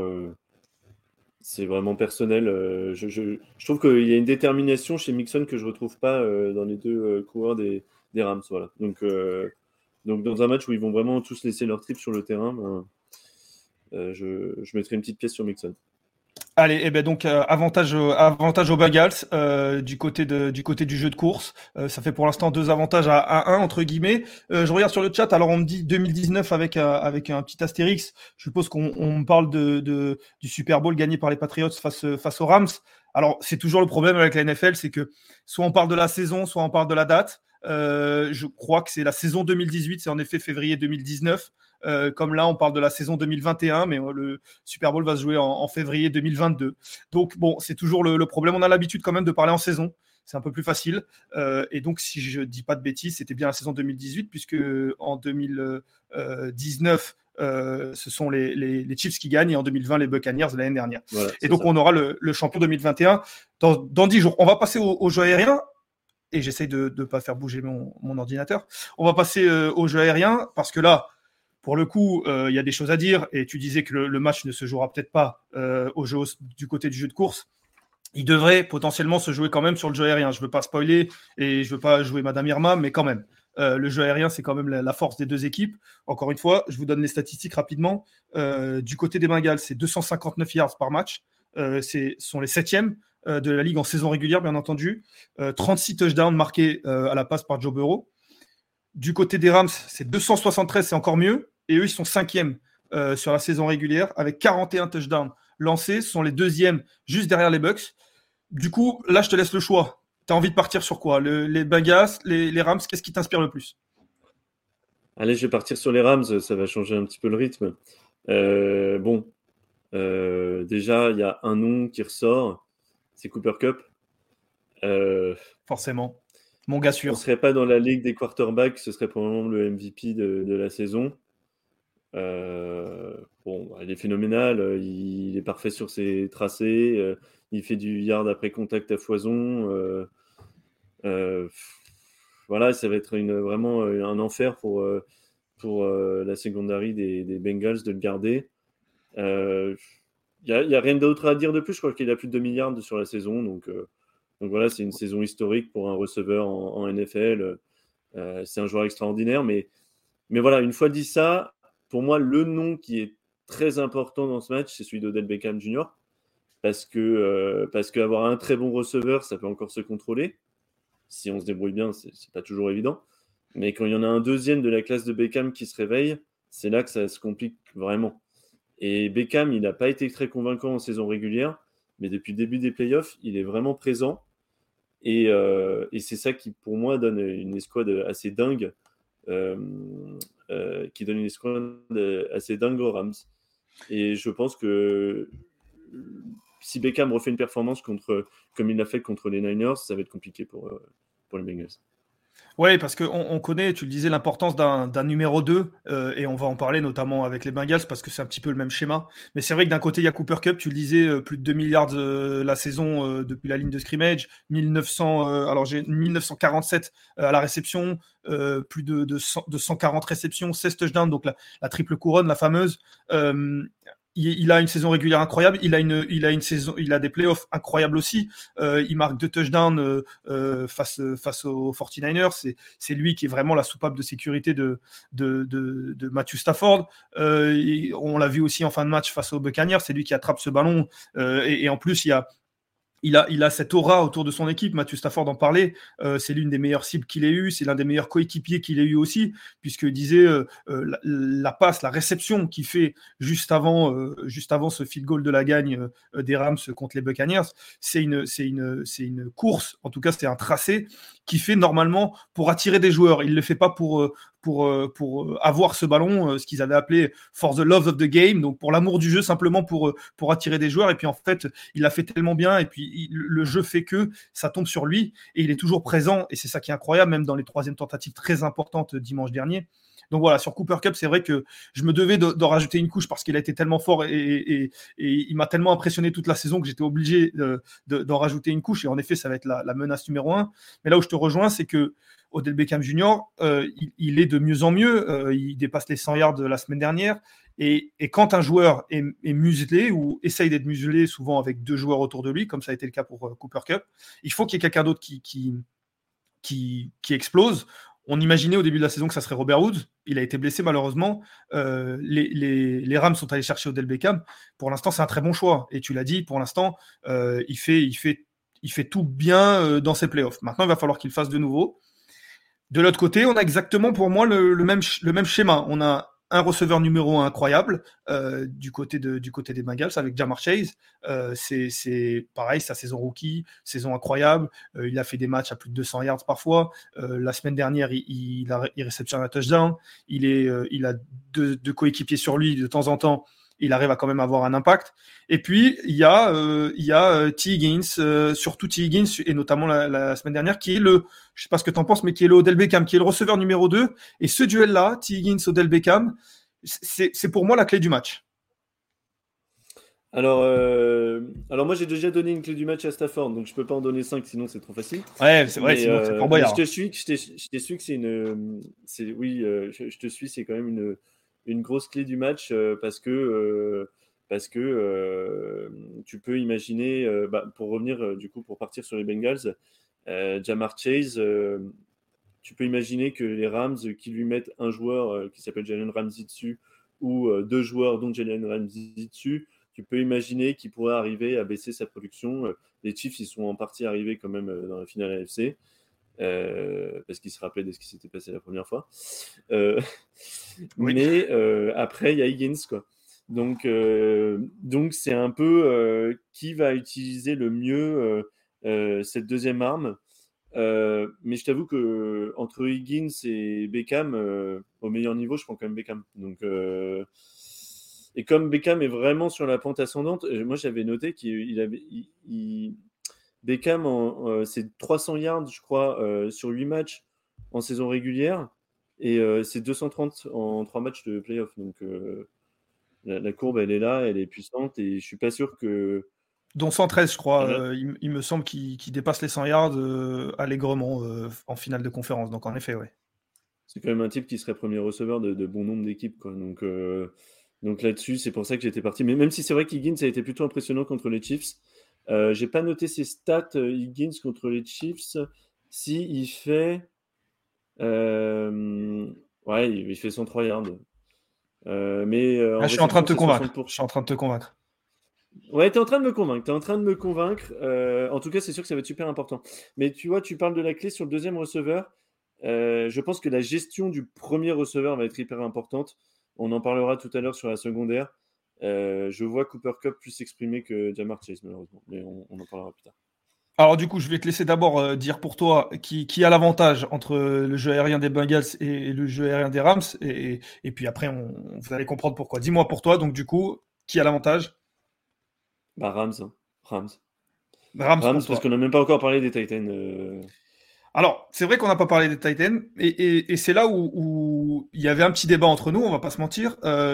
vraiment personnel. Je trouve qu'il y a une détermination chez Mixon que je ne retrouve pas dans les deux coureurs des Rams. Voilà. Donc dans un match où ils vont vraiment tous laisser leur trip sur le terrain, je mettrai une petite pièce sur Mixon.
Allez, et ben donc avantage aux Bengals du côté du jeu de course. Ça fait pour l'instant 2 avantages à 1 entre guillemets. Je regarde sur le chat, alors on me dit 2019 avec un petit astérix. Je suppose qu'on parle du Super Bowl gagné par les Patriots face aux Rams. Alors c'est toujours le problème avec la NFL, c'est que soit on parle de la saison, soit on parle de la date. Je crois que c'est la saison 2018, c'est en effet février 2019. Comme là, on parle de la saison 2021, mais le Super Bowl va se jouer en février 2022. Donc, bon, c'est toujours le problème. On a l'habitude quand même de parler en saison. C'est un peu plus facile. Et donc, si je ne dis pas de bêtises, c'était bien la saison 2018, puisque en 2019, ce sont les Chiefs qui gagnent, et en 2020, les Buccaneers l'année dernière. Voilà, et donc, on aura le champion 2021 dans 10 jours. On va passer au jeu aérien. Et j'essaye de ne pas faire bouger mon ordinateur. On va passer au jeu aérien, parce que là, pour le coup, il y a des choses à dire, et tu disais que le match ne se jouera peut-être pas du côté du jeu de course. Il devrait potentiellement se jouer quand même sur le jeu aérien. Je ne veux pas spoiler et je ne veux pas jouer Madame Irma, mais quand même. Le jeu aérien, c'est quand même la force des deux équipes. Encore une fois, je vous donne les statistiques rapidement. Du côté des Bengals, c'est 259 yards par match. Sont les 7e de la ligue en saison régulière, bien entendu. 36 touchdowns marqués à la passe par Joe Burrow. Du côté des Rams, c'est 273, c'est encore mieux. Et eux, ils sont 5e sur la saison régulière avec 41 touchdowns lancés. Ce sont les 2e juste derrière les Bucks. Du coup, là, je te laisse le choix. Tu as envie de partir sur quoi ? Les Bengals, les Rams, qu'est-ce qui t'inspire le plus ?
Allez, je vais partir sur les Rams. Ça va changer un petit peu le rythme. Bon, Déjà, il y a un nom qui ressort, c'est Cooper Kupp.
Forcément. Mon gars sûr.
On ne serait pas dans la ligue des quarterbacks, ce serait probablement le MVP de la saison. Il est phénoménal, il est parfait sur ses tracés, il fait du yard après contact à foison. Voilà, ça va être vraiment un enfer pour la secondary des Bengals de le garder. Il n'y a rien d'autre à dire de plus. Je crois qu'il a plus de 2 milliards sur la saison. Donc voilà, c'est une saison historique pour un receveur en NFL. C'est un joueur extraordinaire. Mais voilà, une fois dit ça, pour moi, le nom qui est très important dans ce match, c'est celui d'Odell Beckham Jr. Parce qu'avoir un très bon receveur, ça peut encore se contrôler. Si on se débrouille bien, c'est pas toujours évident. Mais quand il y en a un deuxième de la classe de Beckham qui se réveille, c'est là que ça se complique vraiment. Et Beckham, il n'a pas été très convaincant en saison régulière, mais depuis le début des playoffs, il est vraiment présent. Et c'est ça qui, pour moi, donne une escouade assez dingue. Qui donne une escouade assez dingue aux Rams. Et je pense que si Beckham refait une performance comme il l'a fait contre les Niners, ça va être compliqué pour les Bengals.
Oui, parce qu'on connaît, tu le disais, l'importance d'un numéro 2, et on va en parler notamment avec les Bengals, parce que c'est un petit peu le même schéma. Mais c'est vrai que d'un côté, il y a Cooper Kupp, tu le disais, plus de 2 milliards la saison depuis la ligne de scrimmage, 1947 à la réception, plus de 140 réceptions, 16 touchdowns, donc la triple couronne, la fameuse. Il a une saison régulière incroyable. Il a une saison, il a des playoffs incroyables aussi. Il marque 2 touchdowns face aux 49ers. C'est lui qui est vraiment la soupape de sécurité de Matthew Stafford. On l'a vu aussi en fin de match face aux Buccaneers. C'est lui qui attrape ce ballon. Et en plus, il a cette aura autour de son équipe. Matthew Stafford en parlait. C'est l'une des meilleures cibles qu'il ait eues. C'est l'un des meilleurs coéquipiers qu'il ait eu aussi, puisqu'il disait la passe, la réception qu'il fait juste avant ce field goal de la gagne des Rams contre les Buccaneers. C'est une course, en tout cas, c'est un tracé qu'il fait normalement pour attirer des joueurs. Il ne le fait pas pour avoir ce ballon, ce qu'ils avaient appelé for the love of the game, donc pour l'amour du jeu, simplement pour attirer des joueurs. Et puis en fait, il l'a fait tellement bien, et puis le jeu fait que ça tombe sur lui, et il est toujours présent, et c'est ça qui est incroyable, même dans les troisièmes tentatives très importantes dimanche dernier. Donc voilà, sur Cooper Kupp, c'est vrai que je me devais d'en rajouter une couche parce qu'il a été tellement fort et il m'a tellement impressionné toute la saison que j'étais obligé d'en rajouter une couche. Et en effet, ça va être la menace numéro 1. Mais là où je te rejoins, c'est que Odell Beckham Jr., il est de mieux en mieux. Il dépasse les 100 yards de la semaine dernière. Et quand un joueur est muselé ou essaye d'être muselé, souvent avec 2 joueurs autour de lui, comme ça a été le cas pour Cooper Kupp, il faut qu'il y ait quelqu'un d'autre qui explose. On imaginait au début de la saison que ça serait Robert Woods. Il a été blessé malheureusement. Les Rams sont allés chercher Odell Beckham. Pour l'instant, c'est un très bon choix. Et tu l'as dit, pour l'instant, il fait tout bien dans ses playoffs. Maintenant, il va falloir qu'il fasse de nouveau. De l'autre côté, on a exactement pour moi le même schéma. On a un receveur numéro 1 incroyable du côté des Bengals avec Ja'Marr Chase. C'est pareil, sa saison rookie, saison incroyable. Il a fait des matchs à plus de 200 yards parfois. La semaine dernière, il réceptionne un touchdown. Il a deux coéquipiers sur lui de temps en temps. Il arrive à quand même avoir un impact. Et puis, il y a T. Higgins, surtout T. Higgins, et notamment la semaine dernière, qui est je sais pas ce que tu en penses, mais qui est le Odell Beckham, qui est le receveur numéro 2. Et ce duel-là, T. Higgins, Odell Beckham, c'est pour moi la clé du match.
Alors moi, j'ai déjà donné une clé du match à Stafford, donc je peux pas en donner 5, sinon c'est trop facile.
Ouais, c'est vrai, sinon c'est Fort Boyard.
Je te suis que je te suis, c'est quand même une grosse clé du match parce que tu peux imaginer, pour revenir du coup, pour partir sur les Bengals, Ja'Marr Chase, tu peux imaginer que les Rams qui lui mettent un joueur qui s'appelle Jalen Ramsey dessus ou 2 joueurs dont Jalen Ramsey dessus, tu peux imaginer qu'il pourrait arriver à baisser sa production. Les Chiefs, ils sont en partie arrivés quand même dans la finale AFC. Parce qu'ils se rappelaient de ce qui s'était passé la première fois. Oui. Mais après, il y a Higgins, quoi. Donc c'est un peu qui va utiliser le mieux cette deuxième arme. Mais je t'avoue que entre Higgins et Beckham, au meilleur niveau, je prends quand même Beckham. Donc Et comme Beckham est vraiment sur la pente ascendante, moi j'avais noté Beckham, c'est 300 yards, je crois, sur 8 matchs en saison régulière, et c'est 230 en 3 matchs de play-off. Donc la courbe, elle est là, elle est puissante, et je suis pas sûr que...
Dont 113, je crois. Il me semble qu'il dépasse les 100 yards allègrement en finale de conférence. Donc en effet, ouais.
C'est quand même un type qui serait premier receveur de bon nombre d'équipes, quoi. Donc là-dessus, c'est pour ça que j'étais parti. Mais même si c'est vrai qu'Higgins a été plutôt impressionnant contre les Chiefs, j'ai pas noté ses stats Higgins contre les Chiefs. Si il fait, il fait 103 yards.
Je suis en train de te convaincre.
Ouais, t'es en train de me convaincre. En tout cas, c'est sûr que ça va être super important. Mais tu vois, tu parles de la clé sur le deuxième receveur. Je pense que la gestion du premier receveur va être hyper importante. On en parlera tout à l'heure sur la secondaire. Je vois Cooper Kupp plus s'exprimer que Ja'Marr Chase, malheureusement. Mais on en parlera plus tard.
Alors du coup, je vais te laisser d'abord dire pour toi qui a l'avantage entre le jeu aérien des Bengals et le jeu aérien des Rams. Et puis après, vous allez comprendre pourquoi. Dis-moi pour toi, donc du coup, qui a l'avantage ?
Rams.
Rams
parce qu'on n'a même pas encore parlé des Titans.
Alors, c'est vrai qu'on n'a pas parlé des Titans, et c'est là où il y avait un petit débat entre nous, on va pas se mentir.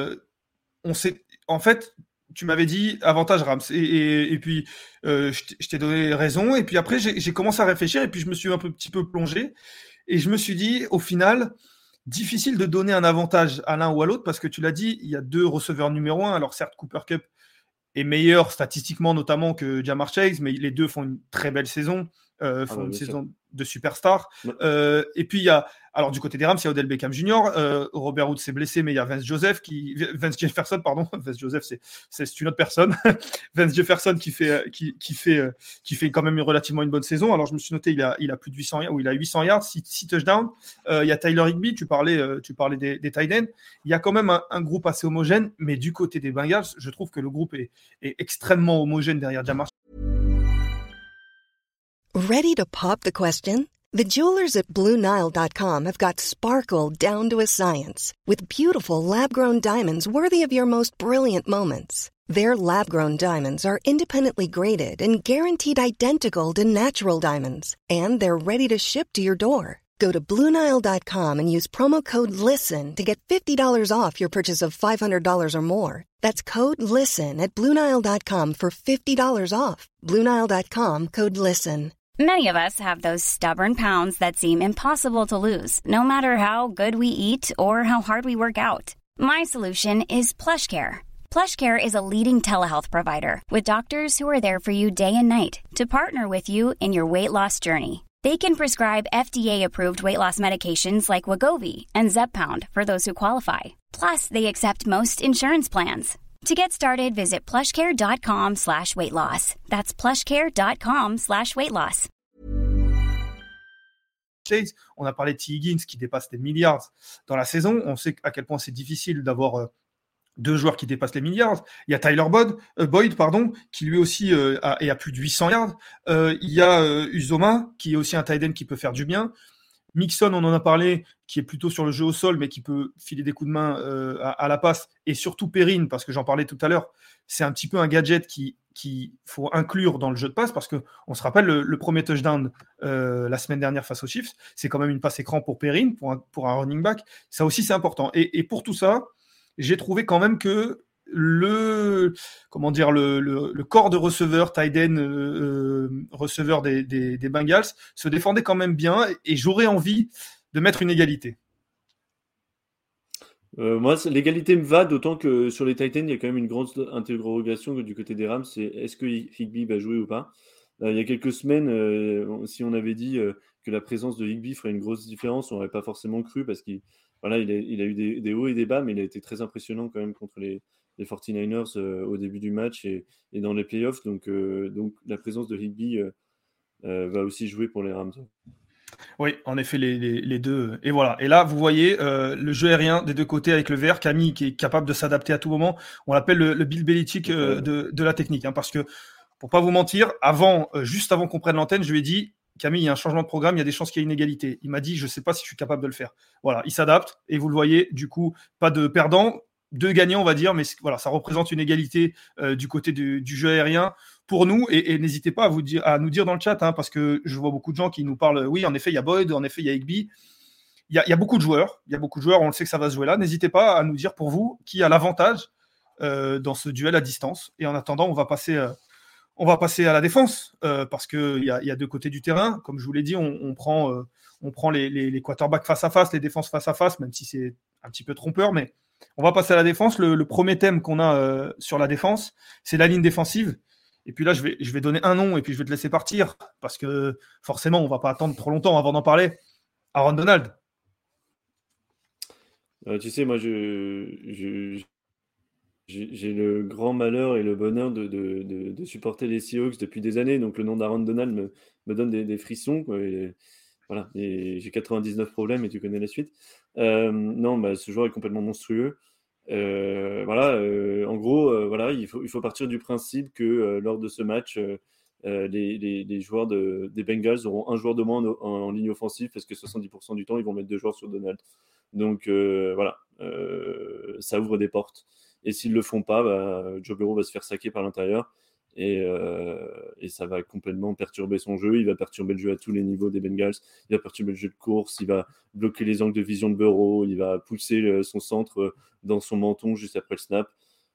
En fait, tu m'avais dit avantage Rams, et puis je t'ai donné raison, et puis après j'ai commencé à réfléchir, et puis je me suis un petit peu plongé, et je me suis dit, au final, difficile de donner un avantage à l'un ou à l'autre, parce que tu l'as dit, il y a 2 receveurs numéro 1, alors certes Cooper Kupp est meilleur statistiquement notamment que Ja'Marr Chase, mais les deux font une très belle saison. Font une saison de superstar. Ouais. Et puis, il y a, alors du côté des Rams, il y a Odell Beckham Jr., Robert Woods s'est blessé, mais il y a Vance Jefferson, Vance Joseph, c'est une autre personne. Vance Jefferson qui fait quand même relativement une bonne saison. Alors, je me suis noté, il a plus de 800 yards, ou il a 800 yards, 6 touchdowns. Il y a Tyler Higbee, tu parlais des tight ends. Il y a quand même un groupe assez homogène, mais du côté des Bengals, je trouve que le groupe est extrêmement homogène derrière Ja'Marr.
Ready to pop the question? The jewelers at BlueNile.com have got sparkle down to a science with beautiful lab-grown diamonds worthy of your most brilliant moments. Their lab-grown diamonds are independently graded and guaranteed identical to natural diamonds, and they're ready to ship to your door. Go to BlueNile.com and use promo code LISTEN to get $50 off your purchase of $500 or more. That's code LISTEN at BlueNile.com for $50 off. BlueNile.com, code LISTEN.
Many of us have those stubborn pounds that seem impossible to lose, no matter how good we eat or how hard we work out. My solution is PlushCare. PlushCare is a leading telehealth provider with doctors who are there for you day and night to partner with you in your weight loss journey. They can prescribe FDA-approved weight loss medications like Wegovy and Zepbound for those who qualify. Plus, they accept most insurance plans. To get started, visit plushcare.com/weightloss. That's plushcare.com/weightloss.
On a parlé de T. Higgins qui dépasse les milliards dans la saison. On sait à quel point c'est difficile d'avoir 2 joueurs qui dépassent les milliards. Il y a Tyler Boyd, qui lui aussi a plus de 800 yards. Il y a Uzoma, qui est aussi un tight end qui peut faire du bien. Mixon, on en a parlé, qui est plutôt sur le jeu au sol, mais qui peut filer des coups de main à la passe. Et surtout Perrine, parce que j'en parlais tout à l'heure, c'est un petit peu un gadget qu'il faut inclure dans le jeu de passe, parce qu'on se rappelle le premier touchdown la semaine dernière face aux Chiefs, c'est quand même une passe écran pour Perrine, pour un running back. Ça aussi, c'est important. Et pour tout ça, j'ai trouvé quand même que le corps de receveur, tight end, receveur des Bengals se défendait quand même bien, et j'aurais envie de mettre une égalité.
Moi, l'égalité me va, d'autant que sur les Titans, il y a quand même une grande interrogation du côté des Rams, c'est est-ce que Higbee va jouer ou pas. Il y a quelques semaines, si on avait dit que la présence de Higbee ferait une grosse différence, on n'aurait pas forcément cru, parce qu'il a eu des hauts et des bas, mais il a été très impressionnant quand même contre les 49ers au début du match et dans les playoffs. Donc la présence de Higbee va aussi jouer pour les Rams.
Oui, en effet, les deux. Et voilà. Et là, vous voyez le jeu aérien des deux côtés avec le vert. Camille qui est capable de s'adapter à tout moment. On l'appelle le Bill Belichick de la technique. Parce que, pour pas vous mentir, juste avant qu'on prenne l'antenne, je lui ai dit, Camille, il y a un changement de programme, il y a des chances qu'il y ait une égalité. Il m'a dit, je ne sais pas si je suis capable de le faire. Voilà, il s'adapte et vous le voyez, du coup, pas de perdant. deux gagnants, on va dire, mais voilà, ça représente une égalité du côté du jeu aérien pour nous. Et n'hésitez pas à nous dire dans le chat, hein, parce que je vois beaucoup de gens qui nous parlent. Oui, en effet, il y a Boyd, en effet, il y a Higby. Il y a beaucoup de joueurs. On le sait que ça va se jouer là. N'hésitez pas à nous dire pour vous qui a l'avantage dans ce duel à distance. Et en attendant, on va passer à la défense parce qu'il y a deux côtés du terrain. Comme je vous l'ai dit, on prend les quarterbacks face à face, les défenses face à face, même si c'est un petit peu trompeur. Mais on va passer à la défense. Le premier thème qu'on a sur la défense, c'est la ligne défensive. Et puis là, je vais donner un nom et puis je vais te laisser partir parce que forcément, on ne va pas attendre trop longtemps avant d'en parler. Aaron Donald.
Tu sais, moi, j'ai le grand malheur et le bonheur de supporter les Seahawks depuis des années. Donc, le nom d'Aaron Donald me donne des frissons. Quoi, et, voilà, et j'ai 99 problèmes et tu connais la suite. Non, ce joueur est complètement monstrueux. En gros, voilà, il faut partir du principe que lors de ce match, les joueurs des Bengals auront un joueur de moins en ligne offensive parce que 70% du temps, ils vont mettre 2 joueurs sur Donald. Donc, ça ouvre des portes. Et s'ils ne le font pas, Joe Burrow va se faire saquer par l'intérieur et ça va complètement perturber son jeu. Il va perturber le jeu à tous les niveaux des Bengals. Il va perturber le jeu de course. Il va bloquer les angles de vision de Burrow. Il va pousser son centre dans son menton juste après le snap.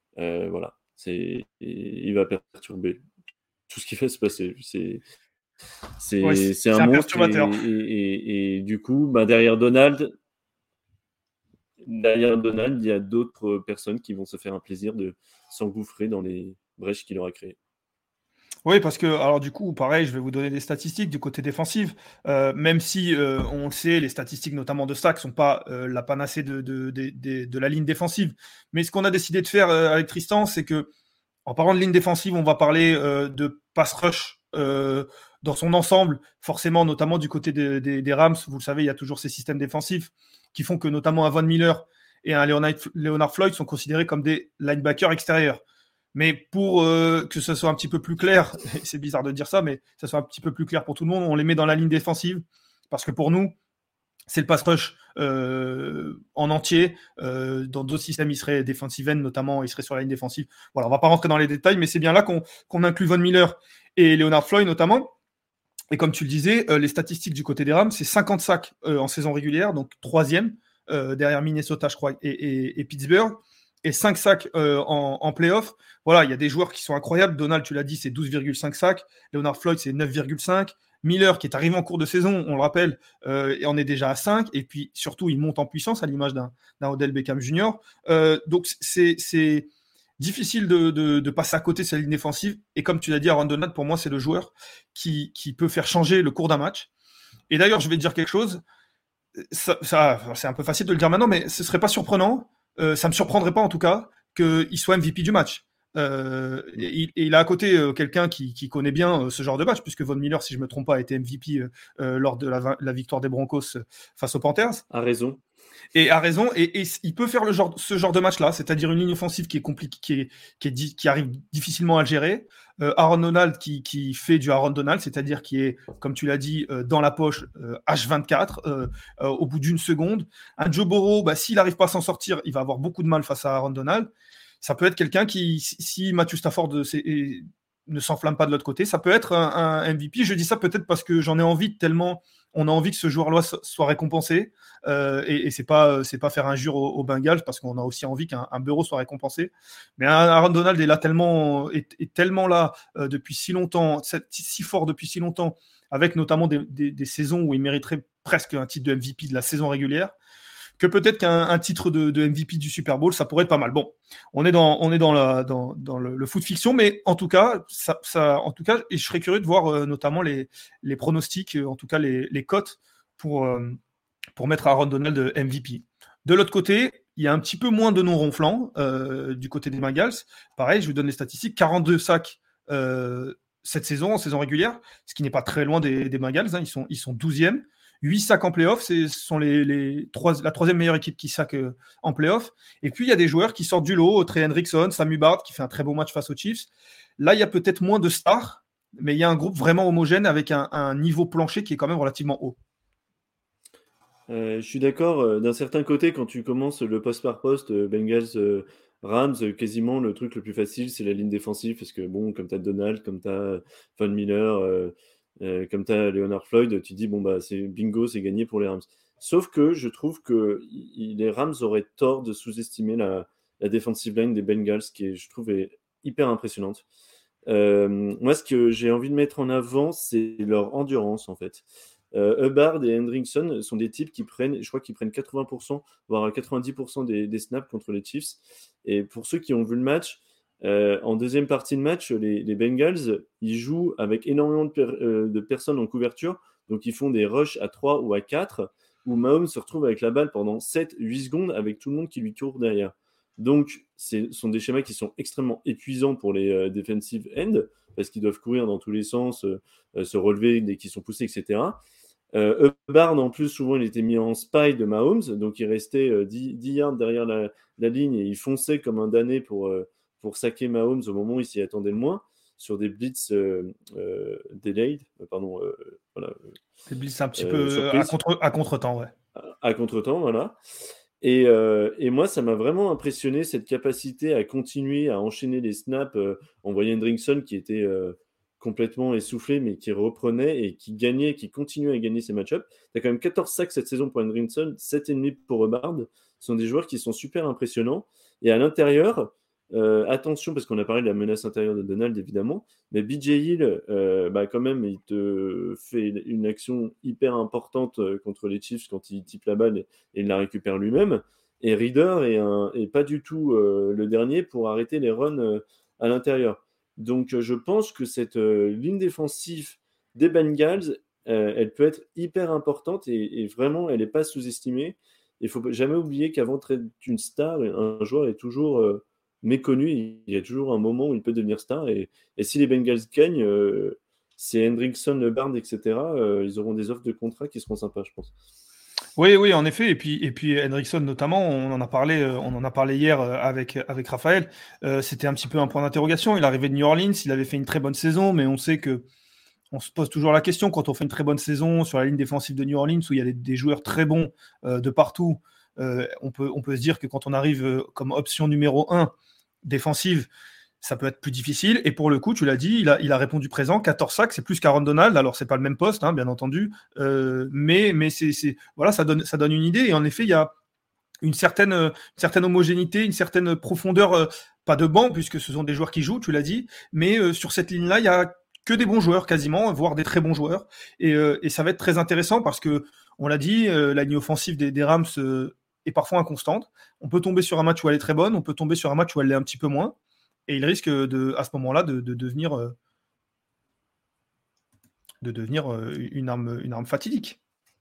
Il va perturber tout ce qui va se passer. C'est un monstre. Et du coup, derrière Donald, il y a d'autres personnes qui vont se faire un plaisir de s'engouffrer dans les brèches qu'il aura créées.
Oui, parce que, alors du coup, pareil, je vais vous donner des statistiques du côté défensif. Même si, on le sait, les statistiques, notamment de sacs, ne sont pas la panacée de la ligne défensive. Mais ce qu'on a décidé de faire avec Tristan, c'est que, en parlant de ligne défensive, on va parler de pass rush dans son ensemble, forcément, notamment du côté des Rams. Vous le savez, il y a toujours ces systèmes défensifs qui font que notamment un Von Miller et un Leonard Floyd sont considérés comme des linebackers extérieurs. Mais pour que ce soit un petit peu plus clair, c'est bizarre de dire ça, mais que ce soit un petit peu plus clair pour tout le monde, on les met dans la ligne défensive parce que pour nous, c'est le pass rush en entier. Dans d'autres systèmes, il serait defensive end, notamment, il serait sur la ligne défensive. Voilà, on ne va pas rentrer dans les détails, mais c'est bien là qu'on inclut Von Miller et Leonard Floyd notamment. Et comme tu le disais, les statistiques du côté des Rams, c'est 50 sacs en saison régulière, donc 3e, derrière Minnesota, je crois, et Pittsburgh, et 5 sacs en playoff. Voilà, il y a des joueurs qui sont incroyables. Donald, tu l'as dit, c'est 12,5 sacs. Leonard Floyd, c'est 9,5. Miller, qui est arrivé en cours de saison, on le rappelle, et on est déjà à 5. Et puis, surtout, il monte en puissance à l'image d'un Odell Beckham Jr. Donc, c'est difficile de passer à côté de sa ligne défensive. Et comme tu l'as dit, Aaron Donald, pour moi, c'est le joueur qui peut faire changer le cours d'un match. Et d'ailleurs, je vais te dire quelque chose. Ça, c'est un peu facile de le dire maintenant, mais ce ne serait pas surprenant. Ça ne me surprendrait pas, en tout cas, qu'il soit MVP du match. Il a à côté quelqu'un qui connaît bien ce genre de match, puisque Von Miller, si je ne me trompe pas, a été MVP lors de la victoire des Broncos face aux Panthers.
A raison.
Et il peut faire ce genre de match-là, c'est-à-dire une ligne offensive qui est compliquée, qui arrive difficilement à le gérer. Aaron Donald qui fait du Aaron Donald, c'est-à-dire qui est, comme tu l'as dit, dans la poche H24 au bout d'une seconde. Un Joe Burrow, s'il n'arrive pas à s'en sortir, il va avoir beaucoup de mal face à Aaron Donald. Ça peut être quelqu'un qui, si Matthew Stafford ne s'enflamme pas de l'autre côté, ça peut être un MVP. Je dis ça peut-être parce que j'en ai envie, tellement on a envie que ce joueur-là soit récompensé. Et c'est pas faire injure aux Bengals, parce qu'on a aussi envie qu'un Burrow soit récompensé. Mais Aaron Donald est là tellement là depuis si longtemps, si fort depuis si longtemps, avec notamment des saisons où il mériterait presque un titre de MVP de la saison régulière, que peut-être qu'un titre de MVP du Super Bowl, ça pourrait être pas mal. Bon, on est dans le foot fiction, mais en tout cas, et je serais curieux de voir notamment les pronostics, en tout cas les cotes pour mettre Aaron Donald MVP. De l'autre côté, il y a un petit peu moins de noms ronflants du côté des Bengals. Pareil, je vous donne les statistiques, 42 sacs cette saison, en saison régulière, ce qui n'est pas très loin des Bengals, hein, ils sont 12e. 8 sacs en play-off, ce sont la troisième meilleure équipe qui sac en play-off. Et puis, il y a des joueurs qui sortent du lot, Trey Hendrickson, Sam Hubbard, qui fait un très beau match face aux Chiefs. Là, il y a peut-être moins de stars, mais il y a un groupe vraiment homogène avec un niveau plancher qui est quand même relativement haut.
Je suis d'accord. D'un certain côté, quand tu commences le poste par poste, Bengals, Rams, quasiment le truc le plus facile, c'est la ligne défensive parce que bon, comme tu as Donald, comme tu as Von Miller, comme tu as Leonard Floyd, tu dis bon bah c'est bingo, c'est gagné pour les Rams. Sauf que je trouve que les Rams auraient tort de sous-estimer la defensive line des Bengals, qui est, je trouve, est hyper impressionnante. Moi, ce que j'ai envie de mettre en avant, c'est leur endurance en fait. Hubbard et Hendrickson sont des types qui prennent, je crois qu'ils prennent 80%, voire 90% des snaps contre les Chiefs. Et pour ceux qui ont vu le match, en deuxième partie de match, les Bengals, ils jouent avec énormément de personnes en couverture. Donc, ils font des rushs à 3 ou à 4, où Mahomes se retrouve avec la balle pendant 7-8 secondes avec tout le monde qui lui court derrière. Donc, ce sont des schémas qui sont extrêmement épuisants pour les defensive ends, parce qu'ils doivent courir dans tous les sens, se relever dès qu'ils sont poussés, etc. Hubbard, en plus, souvent, il était mis en spy de Mahomes, donc il restait 10 yards derrière la ligne et il fonçait comme un damné pour saquer Mahomes au moment où il s'y attendait le moins, sur des blitz delayed, voilà.
Des blitz un petit peu à contre-temps, ouais.
À contre-temps, voilà. Et moi, ça m'a vraiment impressionné, cette capacité à continuer à enchaîner les snaps. On voyait Hendrickson qui était complètement essoufflé, mais qui reprenait et qui gagnait, qui continuait à gagner ses match-ups. Tu as quand même 14 sacs cette saison pour Hendrickson, 7,5 pour Hubbard. Ce sont des joueurs qui sont super impressionnants. Et à l'intérieur, attention, parce qu'on a parlé de la menace intérieure de Donald, évidemment, mais BJ Hill, quand même, il te fait une action hyper importante contre les Chiefs quand il type la balle et il la récupère lui-même. Et Reader est pas du tout le dernier pour arrêter les runs à l'intérieur. Donc, je pense que cette ligne défensive des Bengals, elle peut être hyper importante et vraiment, elle n'est pas sous-estimée. Il ne faut jamais oublier qu'avant d'être une star, un joueur est toujours méconnu. Il y a toujours un moment où il peut devenir star. Et si les Bengals gagnent, c'est Hendrickson, Hubbard, etc. Ils auront des offres de contrat qui seront sympas, je pense.
Oui, en effet. Et puis Hendrickson notamment, on en a parlé hier avec Raphaël. C'était un petit peu un point d'interrogation. Il arrivait de New Orleans, il avait fait une très bonne saison, mais on sait que on se pose toujours la question quand on fait une très bonne saison sur la ligne défensive de New Orleans où il y a des joueurs très bons de partout. On peut se dire que quand on arrive comme option numéro 1 défensive, ça peut être plus difficile. Et pour le coup, tu l'as dit, il a répondu présent. 14 sacs, c'est plus qu'Aaron Donald. Alors, c'est pas le même poste, bien entendu. Mais voilà, ça donne une idée. Et en effet, il y a une certaine homogénéité, une certaine profondeur, pas de banc, puisque ce sont des joueurs qui jouent, tu l'as dit. Mais sur cette ligne-là, il y a que des bons joueurs quasiment, voire des très bons joueurs. Et ça va être très intéressant parce que, on l'a dit, la ligne offensive des Rams est parfois inconstante. On peut tomber sur un match où elle est très bonne, on peut tomber sur un match où elle l'est un petit peu moins. Et il risque à ce moment-là de devenir une arme fatidique.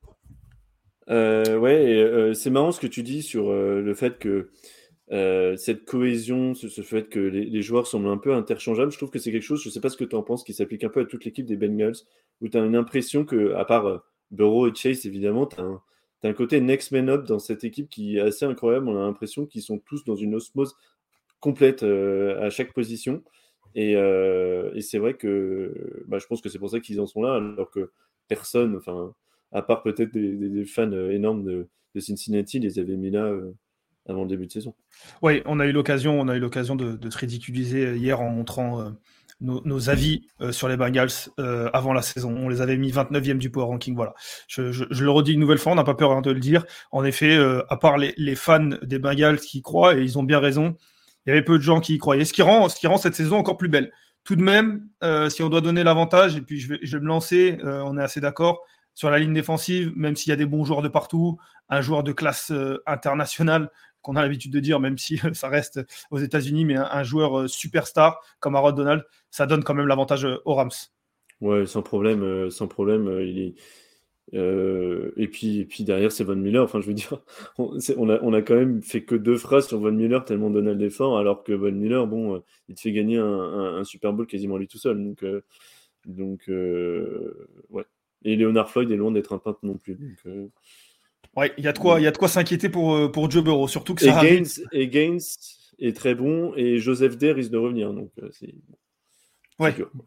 C'est marrant ce que tu dis sur le fait que cette cohésion, ce fait que les joueurs semblent un peu interchangeables. Je trouve que c'est quelque chose, je ne sais pas ce que tu en penses, qui s'applique un peu à toute l'équipe des Bengals, où tu as une impression que, à part Burrow et Chase, évidemment, tu as un côté next man up dans cette équipe qui est assez incroyable. On a l'impression qu'ils sont tous dans une osmose complète à chaque position. Et c'est vrai que je pense que c'est pour ça qu'ils en sont là, alors que personne, à part peut-être des fans énormes de Cincinnati, les avait mis là avant le début de saison.
Oui, on a eu l'occasion de se ridiculiser hier en montrant nos avis sur les Bengals avant la saison. On les avait mis 29e du Power Ranking, voilà. Je le redis une nouvelle fois, on n'a pas peur de le dire. En effet, à part les fans des Bengals qui y croient, et ils ont bien raison, il y avait peu de gens qui y croyaient. Ce qui rend cette saison encore plus belle. Tout de même, si on doit donner l'avantage, et puis je vais me lancer, on est assez d'accord, sur la ligne défensive, même s'il y a des bons joueurs de partout, un joueur de classe internationale, qu'on a l'habitude de dire, même si ça reste aux États-Unis, mais un joueur superstar comme Aaron Donald, ça donne quand même l'avantage aux Rams.
Ouais, sans problème. Il est... et puis derrière, c'est Von Miller. Enfin, je veux dire, on a quand même fait que 2 phrases sur Von Miller tellement Donald est fort, alors que Von Miller, il te fait gagner un Super Bowl quasiment lui tout seul. Donc ouais. Et Leonard Floyd est loin d'être un peintre non plus.
Ouais, il y a de quoi s'inquiéter pour Joe Burrow, surtout que
ça Gaines est très bon et Joseph Day risque de revenir. Donc c'est
ouais.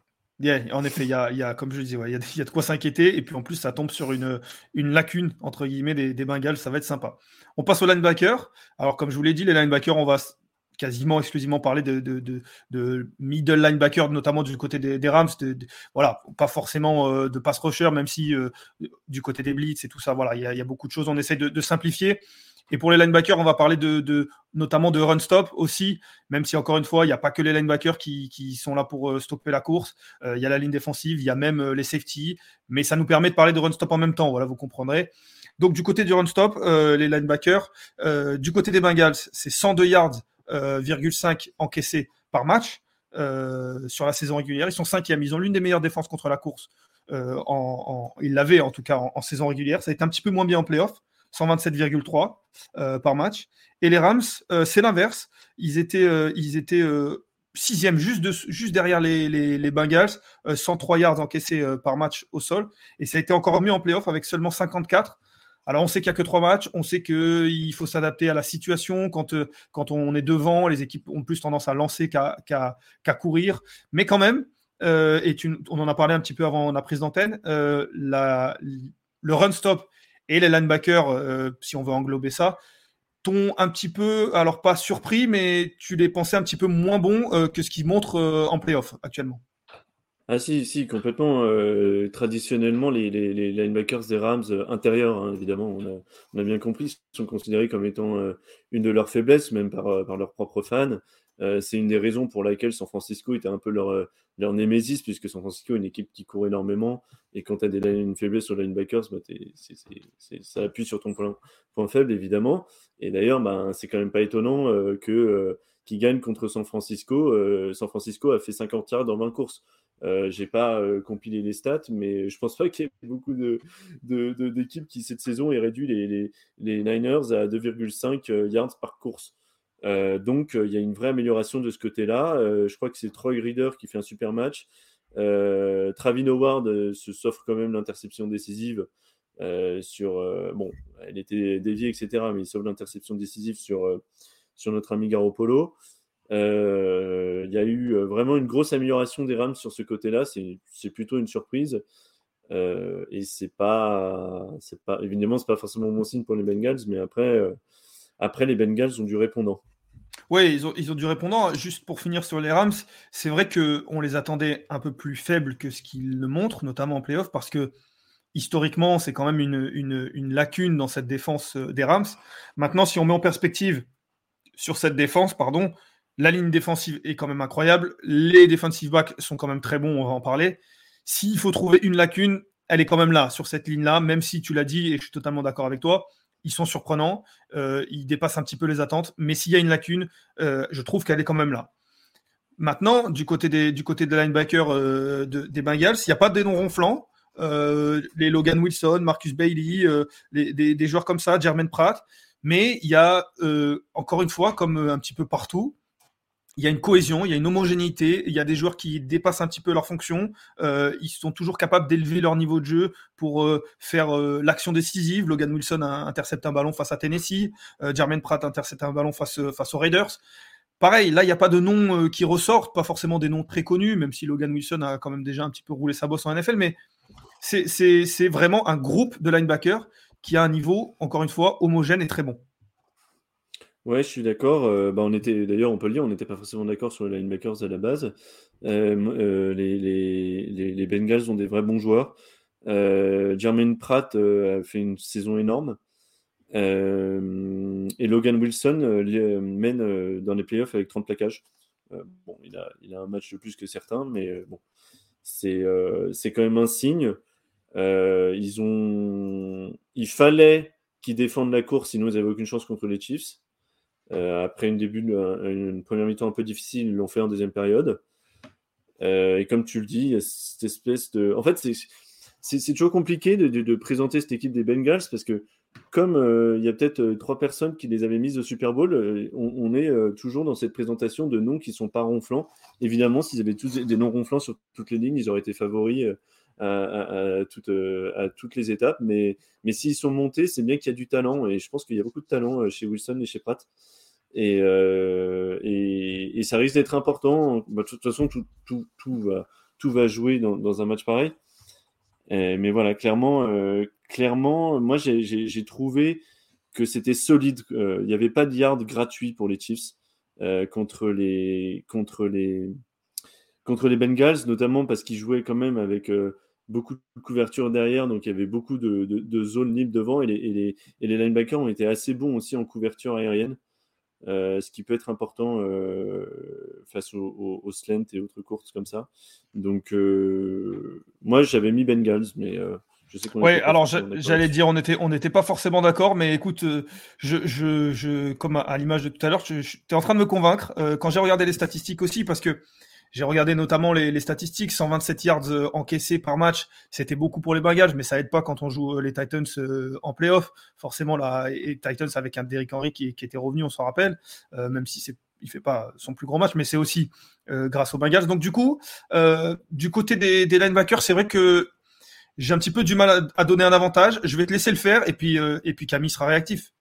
En effet, il y a, comme je le disais, il y a de quoi s'inquiéter. Et puis en plus, ça tombe sur une lacune, entre guillemets, des Bengals. Ça va être sympa. On passe aux linebackers. Alors, comme je vous l'ai dit, les linebackers, on va quasiment exclusivement parler de middle linebacker, notamment du côté des Rams. Voilà, pas forcément de pass rusher, même si du côté des blitz et tout ça, voilà, il y a beaucoup de choses. On essaie de simplifier. Et pour les linebackers, on va parler notamment de run stop aussi, même si encore une fois, il n'y a pas que les linebackers qui sont là pour stopper la course. Il y a la ligne défensive, il y a même les safety, mais ça nous permet de parler de run stop en même temps. Voilà, vous comprendrez. Donc du côté du run stop, les linebackers, du côté des Bengals, c'est 102 yards, 5 encaissés par match sur la saison régulière. Ils sont 5e. Ils ont l'une des meilleures défenses contre la course. Ils l'avaient en tout cas en saison régulière. Ça a été un petit peu moins bien en playoff. 127,3 par match. Et les Rams, c'est l'inverse. Ils étaient 6e, juste derrière les Bengals, 103 yards encaissés par match au sol. Et ça a été encore mieux en playoff avec seulement 54. Alors, on sait qu'il n'y a que 3 matchs. On sait qu'il faut s'adapter à la situation. Quand on est devant, les équipes ont plus tendance à lancer qu'à courir. Mais quand même, on en a parlé un petit peu avant la prise d'antenne, le run-stop et les linebackers, si on veut englober ça, t'ont un petit peu, alors pas surpris, mais tu les pensais un petit peu moins bons que ce qu'ils montrent en play-off actuellement.
Ah si, complètement. Traditionnellement, les linebackers des Rams intérieurs, hein, évidemment, on a bien compris, sont considérés comme étant une de leurs faiblesses, même par leurs propres fans. C'est une des raisons pour laquelle San Francisco était un peu leur némésis, puisque San Francisco est une équipe qui court énormément, et quand tu as une faiblesse sur les linebackers, bah, ça appuie sur ton point faible, évidemment. Et d'ailleurs, c'est quand même pas étonnant qu'ils gagnent contre San Francisco. San Francisco a fait 50 yards dans 20 courses. J'ai pas compilé les stats, mais je pense pas qu'il y ait beaucoup d'équipes qui cette saison aient réduit les Niners à 2,5 yards par course. Donc il y a une vraie amélioration de ce côté-là. Je crois que c'est Troy Reader qui fait un super match. Travin Howard s'offre quand même l'interception décisive bon, elle était déviée, etc., mais il sauve l'interception décisive sur notre ami Garoppolo. Il y a eu vraiment une grosse amélioration des Rams sur ce côté-là. C'est plutôt une surprise. Et c'est pas évidemment, c'est pas forcément bon signe pour les Bengals, mais après les Bengals ont du répondant.
Oui, ils ont du répondant. Juste pour finir sur les Rams, c'est vrai qu'on les attendait un peu plus faibles que ce qu'ils le montrent, notamment en play-off, parce que historiquement, c'est quand même une lacune dans cette défense des Rams. Maintenant, si on met en perspective sur cette défense, la ligne défensive est quand même incroyable. Les defensive backs sont quand même très bons, on va en parler. S'il faut trouver une lacune, elle est quand même là, sur cette ligne-là, même si tu l'as dit, et je suis totalement d'accord avec toi, ils sont surprenants, ils dépassent un petit peu les attentes, mais s'il y a une lacune, je trouve qu'elle est quand même là. Maintenant, du côté des linebackers des Bengals, il n'y a pas des noms ronflants. Les Logan Wilson, Marcus Bailey, des joueurs comme ça, Jermaine Pratt, mais il y a, encore une fois, comme un petit peu partout, il y a une cohésion, il y a une homogénéité, il y a des joueurs qui dépassent un petit peu leur fonction, ils sont toujours capables d'élever leur niveau de jeu pour faire l'action décisive. Logan Wilson intercepte un ballon face à Tennessee, Jermaine Pratt intercepte un ballon face aux Raiders. Pareil, là, il n'y a pas de noms qui ressortent, pas forcément des noms très connus, même si Logan Wilson a quand même déjà un petit peu roulé sa bosse en NFL, mais c'est vraiment un groupe de linebackers qui a un niveau, encore une fois, homogène et très bon.
Ouais, je suis d'accord. D'ailleurs, on peut le dire, on n'était pas forcément d'accord sur les linebackers à la base. Les Bengals ont des vrais bons joueurs. Jermaine Pratt a fait une saison énorme. Et Logan Wilson mène dans les playoffs avec 30 plaquages. Bon, il a un match de plus que certains, mais bon, c'est quand même un signe. Il fallait qu'ils défendent la course, sinon ils n'avaient aucune chance contre les Chiefs. Après une première mi-temps un peu difficile, ils l'ont fait en deuxième période. Et comme tu le dis, il y a cette espèce de... En fait, c'est toujours compliqué de présenter cette équipe des Bengals parce que comme il y a peut-être 3 personnes qui les avaient mises au Super Bowl, on est toujours dans cette présentation de noms qui ne sont pas ronflants. Évidemment, s'ils avaient tous des noms ronflants sur toutes les lignes, ils auraient été favoris à toutes les étapes. Mais s'ils sont montés, c'est bien qu'il y a du talent. Et je pense qu'il y a beaucoup de talent chez Wilson et chez Pratt. Et ça risque d'être important. De toute façon, tout tout va jouer dans un match pareil. Mais voilà, clairement, moi j'ai trouvé que c'était solide. Il n'y avait pas de yard gratuit pour les Chiefs contre les Bengals, notamment parce qu'ils jouaient quand même avec beaucoup de couverture derrière, donc il y avait beaucoup de zones libres devant, et les linebackers ont été assez bons aussi en couverture aérienne, ce qui peut être important face aux slant et autres courses comme ça. Donc moi j'avais mis Bengals, mais je sais qu'on
alors j'allais dire on n'était pas forcément d'accord, mais écoute, je comme à l'image de tout à l'heure, tu es en train de me convaincre quand j'ai regardé les statistiques aussi, parce que j'ai regardé notamment les statistiques, 127 yards encaissés par match, c'était beaucoup pour les Bengals, mais ça aide pas quand on joue les Titans en playoff. Forcément, là, et Titans avec un Derrick Henry qui était revenu, on s'en rappelle, même si il fait pas son plus grand match, mais c'est aussi grâce aux Bengals. Donc du coup, du côté des linebackers, c'est vrai que j'ai un petit peu du mal à donner un avantage. Je vais te laisser le faire, et puis Camille sera réactif.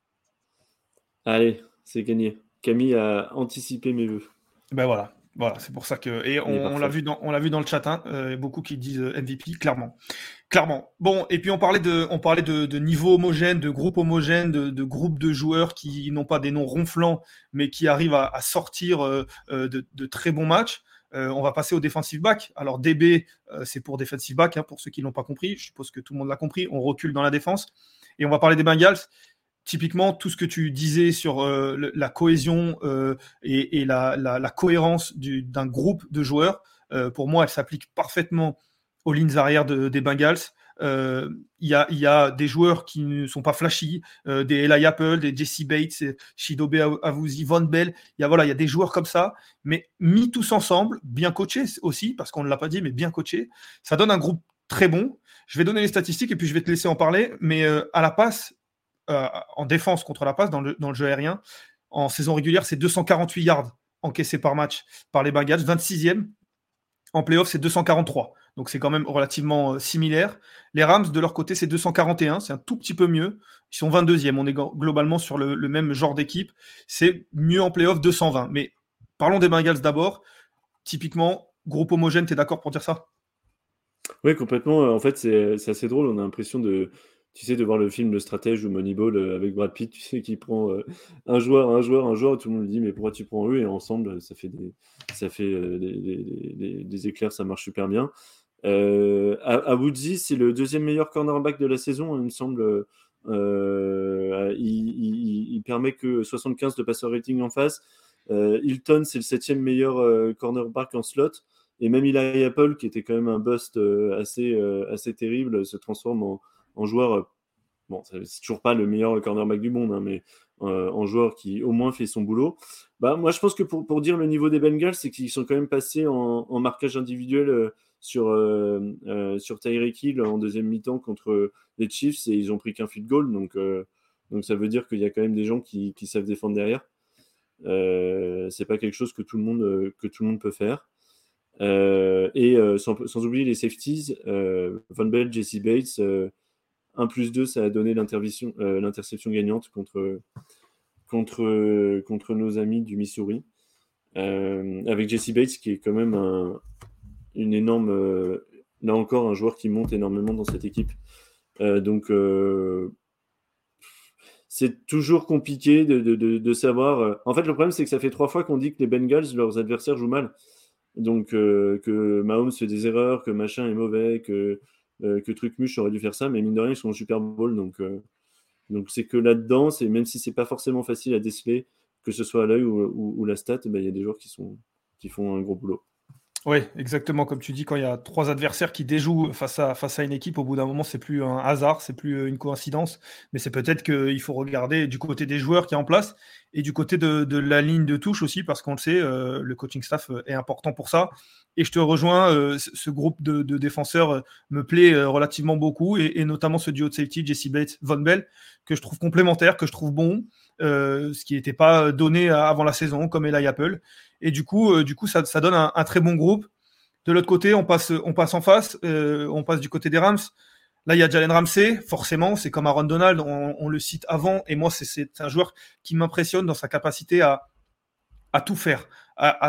Allez, c'est gagné. Camille a anticipé mes vœux.
Ben voilà. Voilà, c'est pour ça que et on l'a vu dans le chat, hein, beaucoup qui disent MVP, clairement. Bon, et puis on parlait de niveau homogène, de groupe homogène, de groupe de joueurs qui n'ont pas des noms ronflants, mais qui arrivent à sortir de très bons matchs. On va passer au defensive back. Alors DB, c'est pour defensive back, hein, pour ceux qui l'ont pas compris. Je suppose que tout le monde l'a compris. On recule dans la défense et on va parler des Bengals. Typiquement, tout ce que tu disais sur la cohésion et la cohérence d'un groupe de joueurs, pour moi, elle s'applique parfaitement aux lignes arrière des Bengals. Il y a des joueurs qui ne sont pas flashy, des Eli Apple, des Jesse Bates, Chidobe Awuzie, Von Bell. Il y a des joueurs comme ça, mais mis tous ensemble, bien coachés aussi, parce qu'on ne l'a pas dit, mais bien coachés, ça donne un groupe très bon. Je vais donner les statistiques et puis je vais te laisser en parler, mais à la passe, en défense contre la passe, dans le jeu aérien, en saison régulière, c'est 248 yards encaissés par match par les Bengals, 26e. En playoff, c'est 243. Donc c'est quand même relativement similaire. Les Rams, de leur côté, c'est 241. C'est un tout petit peu mieux. Ils sont 22e. On est globalement sur le même genre d'équipe. C'est mieux en playoff, 220. Mais parlons des Bengals d'abord. Typiquement, groupe homogène, tu es d'accord pour dire ça?
Oui, complètement. En fait, c'est assez drôle. On a l'impression de voir le film Le Stratège ou Moneyball avec Brad Pitt, qui prend un joueur, tout le monde lui dit mais pourquoi tu prends eux, et ensemble ça fait des éclairs, ça marche super bien. Awuzie, c'est le deuxième meilleur cornerback de la saison, il me semble. Il permet que 75 de passer rating en face. Hilton, c'est le 7e meilleur cornerback en slot. Et même Eli Apple, qui était quand même un bust assez terrible, se transforme en joueur, bon, c'est toujours pas le meilleur cornerback du monde, hein, mais en joueur qui au moins fait son boulot. Moi, je pense que pour dire le niveau des Bengals, c'est qu'ils sont quand même passés en marquage individuel sur Tyreek Hill en deuxième mi-temps contre les Chiefs, et ils ont pris qu'un field goal, donc ça veut dire qu'il y a quand même des gens qui savent défendre derrière. C'est pas quelque chose que tout le monde peut faire. Sans oublier les safeties, Von Bell, Jesse Bates, 1+2, ça a donné l'interception gagnante contre nos amis du Missouri, avec Jesse Bates qui est quand même une énorme, là encore un joueur qui monte énormément dans cette équipe. Donc c'est toujours compliqué de savoir. En fait, le problème, c'est que ça fait 3 fois qu'on dit que les Bengals, leurs adversaires, jouent mal. Donc que Mahomes fait des erreurs, que machin est mauvais, que Trucmuche aurait dû faire ça, mais mine de rien ils sont au Super Bowl, donc c'est que là-dedans, même si c'est pas forcément facile à déceler, que ce soit à l'œil ou la stat, il y a des joueurs qui font un gros boulot.
Oui, exactement, comme tu dis, quand il y a 3 adversaires qui déjouent face à une équipe, au bout d'un moment, c'est plus un hasard, c'est plus une coïncidence, mais c'est peut-être qu'il faut regarder du côté des joueurs qui est en place et du côté de la ligne de touche aussi, parce qu'on le sait, le coaching staff est important pour ça. Et je te rejoins, ce groupe de défenseurs me plaît relativement beaucoup, et notamment ce duo de safety, Jesse Bates, Von Bell, que je trouve complémentaire, que je trouve bon, ce qui n'était pas donné avant la saison, comme Eli Apple. Et du coup ça donne un très bon groupe. De l'autre côté, on passe en face, on passe du côté des Rams. Là, il y a Jalen Ramsey, forcément, c'est comme Aaron Donald, on le cite avant, et moi, c'est un joueur qui m'impressionne dans sa capacité à tout faire, à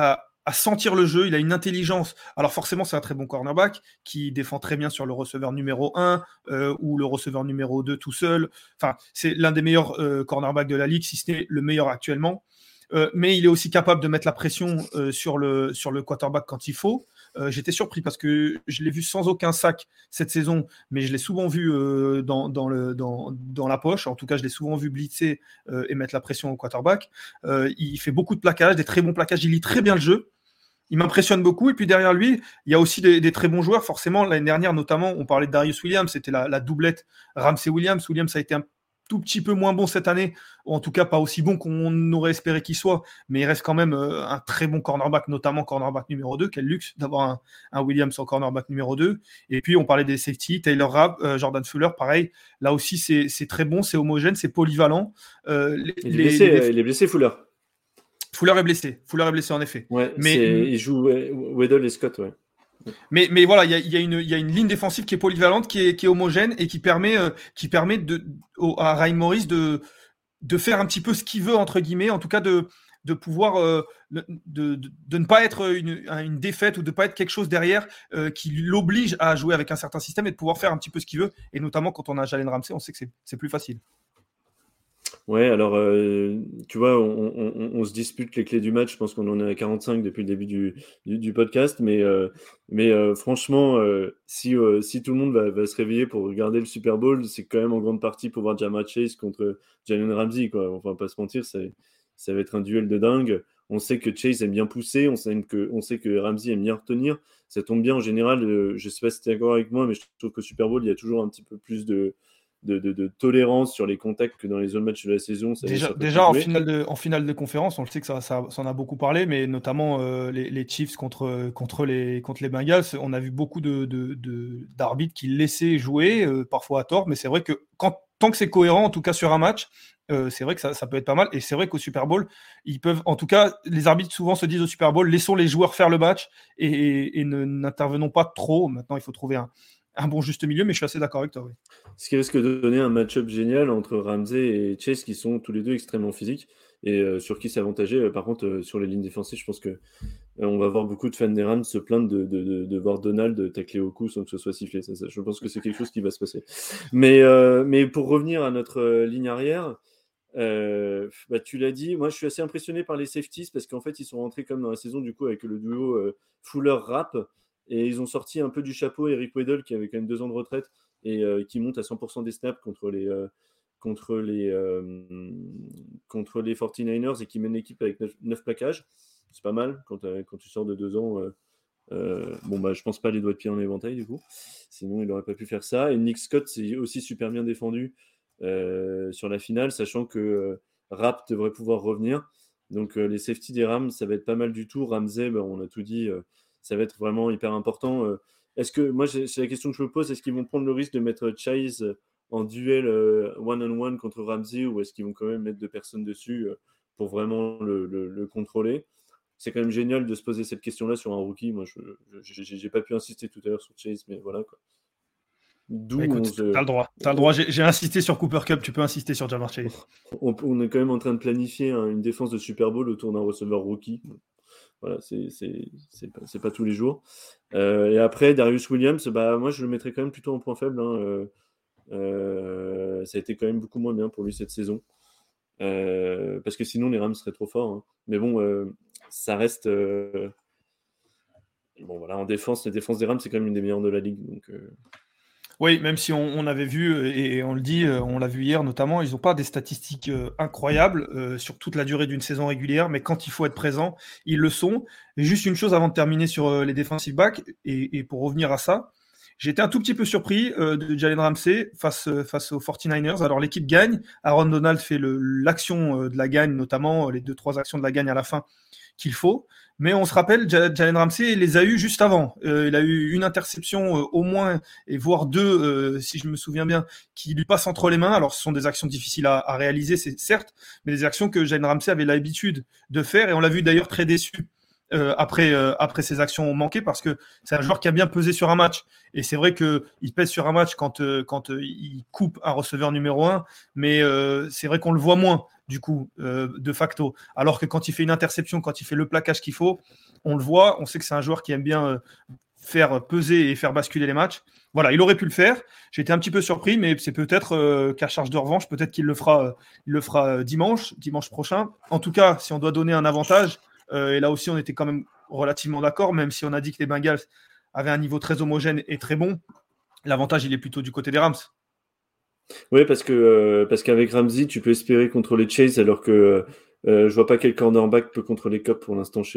sentir le jeu, il a une intelligence. Alors forcément, c'est un très bon cornerback qui défend très bien sur le receveur numéro 1 ou le receveur numéro 2 tout seul. Enfin, c'est l'un des meilleurs cornerbacks de la ligue, si ce n'est le meilleur actuellement. Mais il est aussi capable de mettre la pression sur le quarterback quand il faut. J'étais surpris parce que je l'ai vu sans aucun sac cette saison, mais je l'ai souvent vu dans la poche. En tout cas, je l'ai souvent vu blitzer et mettre la pression au quarterback. Il fait beaucoup de plaquages, des très bons plaquages. Il lit très bien le jeu. Il m'impressionne beaucoup. Et puis derrière lui, il y a aussi des très bons joueurs. Forcément, l'année dernière, notamment, on parlait de Darius Williams. C'était la doublette Ramsey-Williams. Williams a été un tout petit peu moins bon cette année, ou en tout cas pas aussi bon qu'on aurait espéré qu'il soit, mais il reste quand même un très bon cornerback, notamment cornerback numéro 2. Quel luxe d'avoir un Williams en cornerback numéro 2. Et puis on parlait des safety, Taylor Rapp, Jordan Fuller, pareil, là aussi c'est très bon, c'est homogène, c'est polyvalent.
Il est blessé Fuller.
Fuller est blessé en effet.
Ouais, il joue Weddle et Scott, ouais.
Mais voilà, il y a une ligne défensive qui est polyvalente, qui est homogène et qui permet à Raheem Morris de faire un petit peu ce qu'il veut, entre guillemets, en tout cas de pouvoir de ne pas être une défaite ou de ne pas être quelque chose derrière qui l'oblige à jouer avec un certain système et de pouvoir faire un petit peu ce qu'il veut. Et notamment quand on a Jalen Ramsey, on sait que c'est plus facile.
Ouais, alors tu vois, on se dispute les clés du match. Je pense qu'on en est à 45 depuis le début du podcast, mais franchement, si tout le monde va se réveiller pour regarder le Super Bowl, c'est quand même en grande partie pour voir Ja'Marr Chase contre Jalen Ramsey, quoi. On va pas se mentir, ça va être un duel de dingue. On sait que Chase aime bien pousser, on sait que Ramsey aime bien retenir. Ça tombe bien en général. Je sais pas si tu es d'accord avec moi, mais je trouve qu'au Super Bowl, il y a toujours un petit peu plus de tolérance sur les contacts que dans les autres matchs de la saison.
Déjà en finale de conférence, on le sait que ça en a beaucoup parlé, mais notamment les Chiefs contre les Bengals, on a vu beaucoup d'arbitres qui laissaient jouer, parfois à tort, mais c'est vrai que tant que c'est cohérent, en tout cas sur un match, c'est vrai que ça peut être pas mal. Et c'est vrai qu'au Super Bowl, ils peuvent, en tout cas, les arbitres souvent se disent au Super Bowl, laissons les joueurs faire le match et n'intervenons pas trop. Maintenant, il faut trouver un bon juste milieu, mais je suis assez d'accord avec toi. Oui.
Ce qui risque de donner un match-up génial entre Ramsey et Chase, qui sont tous les deux extrêmement physiques et sur qui s'avantager. Par contre, sur les lignes défensives, je pense que on va voir beaucoup de fans des Rams se plaindre de voir Donald tacler au cou sans que ce soit sifflé. Ça, je pense que c'est quelque chose qui va se passer. Mais pour revenir à notre ligne arrière, tu l'as dit, moi je suis assez impressionné par les safeties parce qu'en fait ils sont rentrés comme dans la saison du coup avec le duo Fuller-Rapp. Et ils ont sorti un peu du chapeau Eric Weddle qui avait quand même 2 ans de retraite et qui monte à 100% des snaps contre les 49ers et qui mène l'équipe avec 9 plaquages. C'est pas mal quand tu sors de 2 ans. Je pense pas les doigts de pied en éventail du coup. Sinon il n'aurait pas pu faire ça. Et Nick Scott c'est aussi super bien défendu sur la finale, sachant que Rapp devrait pouvoir revenir. Donc les safety des Rams, ça va être pas mal du tout. Ramsey, on a tout dit. Ça va être vraiment hyper important. Est-ce que, moi, c'est la question que je me pose, est-ce qu'ils vont prendre le risque de mettre Chase en duel one-on-one contre Ramsey ou est-ce qu'ils vont quand même mettre 2 personnes dessus pour vraiment le contrôler? C'est quand même génial de se poser cette question-là sur un rookie. Moi, j'ai pas pu insister tout à l'heure sur Chase, mais voilà, quoi.
Écoute, t'as le droit. J'ai insisté sur Cooper Kupp, tu peux insister sur Ja'Marr Chase.
On est quand même en train de planifier une défense de Super Bowl autour d'un receveur rookie. Voilà, c'est pas tous les jours. Et après, Darius Williams, moi je le mettrais quand même plutôt en point faible. Ça a été quand même beaucoup moins bien pour lui cette saison. Parce que sinon les Rams seraient trop forts. Hein. Mais bon, ça reste. En défense, la défense des Rams, c'est quand même une des meilleures de la ligue. Donc.
Oui, même si on avait vu, et on le dit, on l'a vu hier notamment, ils n'ont pas des statistiques incroyables sur toute la durée d'une saison régulière, mais quand il faut être présent, ils le sont. Et juste une chose avant de terminer sur les defensive backs, et pour revenir à ça, j'ai été un tout petit peu surpris de Jalen Ramsey face aux 49ers. Alors l'équipe gagne, Aaron Donald fait l'action de la gagne, notamment les 2-3 actions de la gagne à la fin qu'il faut. Mais on se rappelle, Jalen Ramsey les a eu juste avant. Il a eu une interception au moins, et voire 2, si je me souviens bien, qui lui passent entre les mains. Alors, ce sont des actions difficiles à réaliser, c'est certes, mais des actions que Jalen Ramsey avait l'habitude de faire. Et on l'a vu d'ailleurs très déçu après ses actions manquées, parce que c'est un joueur qui a bien pesé sur un match. Et c'est vrai qu'il pèse sur un match quand il coupe un receveur numéro 1, mais c'est vrai qu'on le voit moins, du coup, de facto. Alors que quand il fait une interception, quand il fait le plaquage qu'il faut, on le voit, on sait que c'est un joueur qui aime bien faire peser et faire basculer les matchs. Voilà, il aurait pu le faire. J'ai été un petit peu surpris, mais c'est peut-être qu'à charge de revanche, peut-être qu'il le fera dimanche prochain. En tout cas, si on doit donner un avantage, et là aussi on était quand même relativement d'accord, même si on a dit que les Bengals avaient un niveau très homogène et très bon, l'avantage il est plutôt du côté des Rams.
Oui, parce qu'avec Ramsey, tu peux espérer contrôler Chase, alors que je vois pas quel cornerback peut contrôler Cobb pour l'instant chez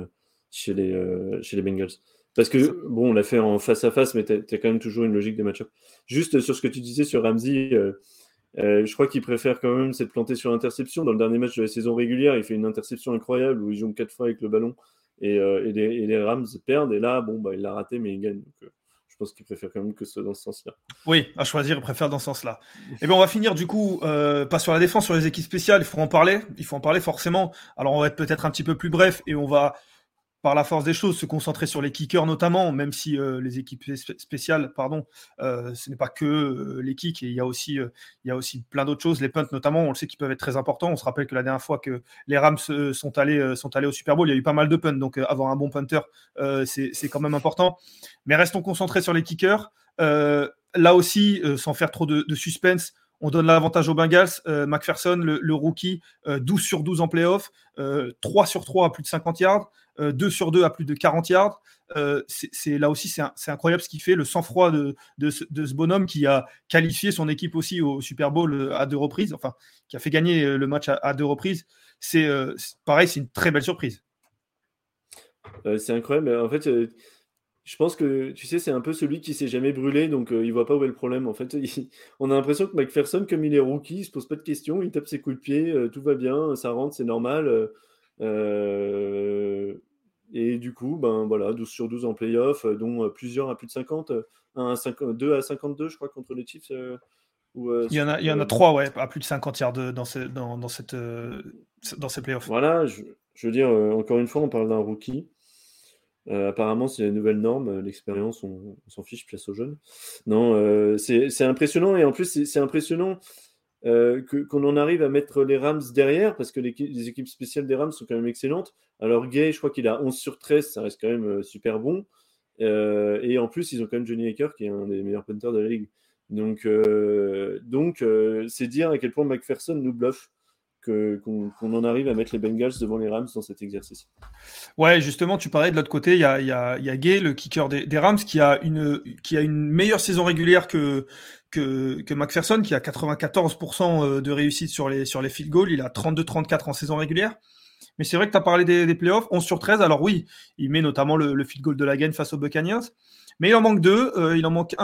les Bengals. Parce que, bon, on l'a fait en face à face, mais tu as quand même toujours une logique de match-up. Juste sur ce que tu disais sur Ramsey, je crois qu'il préfère quand même s'être planté sur l'interception. Dans le dernier match de la saison régulière, il fait une interception incroyable où il joue 4 fois avec le ballon et les Rams perdent. Et là, il l'a raté, mais il gagne. Donc, je pense qu'il préfère quand même que ce soit dans ce sens-là.
Oui, à choisir, il préfère dans ce sens-là. Et bien, on va finir du coup, pas sur la défense, sur les équipes spéciales. Il faut en parler forcément. Alors, on va être peut-être un petit peu plus bref et on va, par la force des choses, se concentrer sur les kickers notamment, même si les équipes spéciales, ce n'est pas que les kicks, et il y a aussi plein d'autres choses. Les punts notamment, on le sait qu'ils peuvent être très importants. On se rappelle que la dernière fois que les Rams sont allés au Super Bowl, il y a eu pas mal de punts, donc avoir un bon punter, c'est quand même important. Mais restons concentrés sur les kickers. Là aussi, sans faire trop de suspense, on donne l'avantage aux Bengals. McPherson, le rookie, 12 sur 12 en playoff, 3 sur 3 à plus de 50 yards, 2 sur 2 à plus de 40 yards. Là aussi, c'est incroyable ce qu'il fait, le sang-froid de ce bonhomme qui a qualifié son équipe aussi au Super Bowl à 2 reprises, enfin, qui a fait gagner le match à 2 reprises. C'est pareil, c'est une très belle surprise.
C'est incroyable. En fait, je pense que, tu sais, c'est un peu celui qui s'est jamais brûlé, donc il voit pas où est le problème. En fait, on a l'impression que McPherson, comme il est rookie, il se pose pas de questions, il tape ses coups de pied, tout va bien, ça rentre, c'est normal. Et du coup, 12 sur 12 en playoff, dont plusieurs à plus de 50, 2 à 52, je crois, contre les Chiefs.
Il y en a 3, ouais, à plus de 50 yards dans ces playoffs.
Voilà, je veux dire, encore une fois, on parle d'un rookie. Apparemment, c'est la nouvelle norme, l'expérience, on s'en fiche, place aux jeunes. Non, c'est impressionnant, et en plus, c'est impressionnant qu'on en arrive à mettre les Rams derrière, parce que les équipes spéciales des Rams sont quand même excellentes. Alors, Gay, je crois qu'il a 11 sur 13, ça reste quand même super bon. Et en plus, ils ont quand même Johnny Hacker, qui est un des meilleurs punters de la ligue. Donc, c'est dire à quel point McPherson nous bluffe. Qu'on en arrive à mettre les Bengals devant les Rams dans cet exercice.
Ouais, justement, tu parlais de l'autre côté, il y a Gay, le kicker des Rams, qui a une meilleure saison régulière que McPherson, qui a 94% de réussite sur les field goals. Il a 32-34 en saison régulière. Mais c'est vrai que tu as parlé des playoffs, 11 sur 13. Alors oui, il met notamment le field goal de la gagne face aux Buccaneers. Mais il en manque 2. Il en manque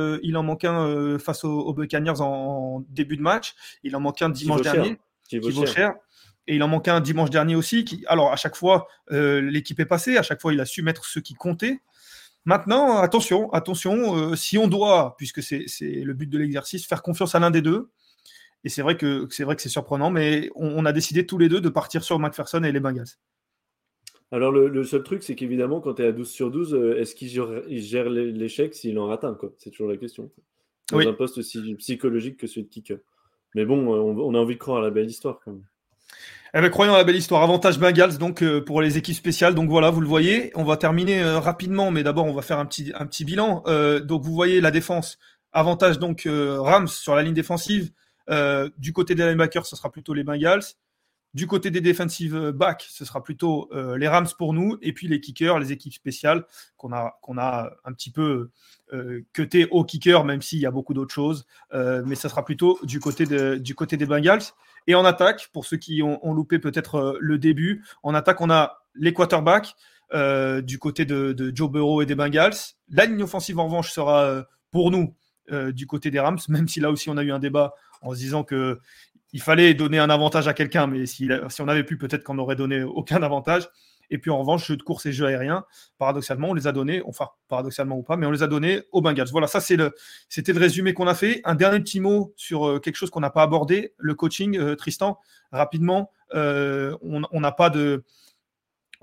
un face aux Buccaneers en début de match. Il en manque un dimanche dernier. Qui vaut cher. Et il en manquait un dimanche dernier aussi. Alors, à chaque fois, l'équipe est passée. À chaque fois, il a su mettre ceux qui comptaient. Maintenant, attention, si on doit, puisque c'est le but de l'exercice, faire confiance à l'un des deux. Et c'est vrai que c'est surprenant, mais on a décidé tous les deux de partir sur McPherson et les Bengals.
Alors, le seul truc, c'est qu'évidemment, quand tu es à 12 sur 12, est-ce qu'il gère l'échec s'il en rate un, quoi ? C'est toujours la question. Dans un poste aussi psychologique que celui de kicker. Mais bon, on a envie de croire à la belle histoire quand même.
Eh bien, croyons à la belle histoire. Avantage Bengals donc pour les équipes spéciales. Donc voilà, vous le voyez. On va terminer rapidement, mais d'abord on va faire un petit bilan. Donc vous voyez la défense. Avantage donc Rams sur la ligne défensive. Du côté des linebackers, ce sera plutôt les Bengals. Du côté des defensive backs, ce sera plutôt les Rams pour nous. Et puis les kickers, les équipes spéciales qu'on a un petit peu cuté au kicker, même s'il y a beaucoup d'autres choses. Mais ça sera plutôt du côté des Bengals. Et en attaque, pour ceux qui ont loupé peut-être le début, en attaque, on a les quarterbacks du côté de Joe Burrow et des Bengals. La ligne offensive, en revanche, sera pour nous du côté des Rams, même si là aussi on a eu un débat en se disant que il fallait donner un avantage à quelqu'un, mais si on avait pu, peut-être qu'on n'aurait donné aucun avantage. Et puis en revanche, jeu de course et jeu aérien, paradoxalement, on les a donnés, enfin paradoxalement ou pas, mais on les a donnés aux Bengals. Voilà, ça c'était le résumé qu'on a fait. Un dernier petit mot sur quelque chose qu'on n'a pas abordé, le coaching, Tristan, rapidement. On n'a pas de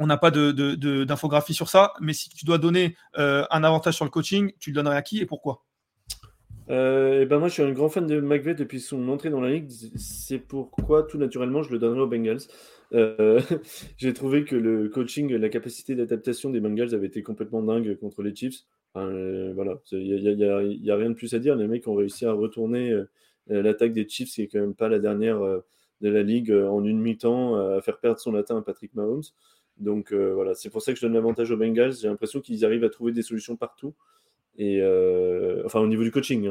On n'a pas d'infographie sur ça, mais si tu dois donner un avantage sur le coaching, tu le donnerais à qui et pourquoi?
Moi, je suis un grand fan de McVay depuis son entrée dans la ligue. C'est pourquoi, tout naturellement, je le donnerai aux Bengals. J'ai trouvé que le coaching, la capacité d'adaptation des Bengals avait été complètement dingue contre les Chiefs. Voilà, il y a rien de plus à dire. Les mecs ont réussi à retourner l'attaque des Chiefs, qui est quand même pas la dernière de la ligue, en une mi-temps, à faire perdre son latin à Patrick Mahomes. Donc voilà, c'est pour ça que je donne l'avantage aux Bengals. J'ai l'impression qu'ils arrivent à trouver des solutions partout. Et au niveau du coaching,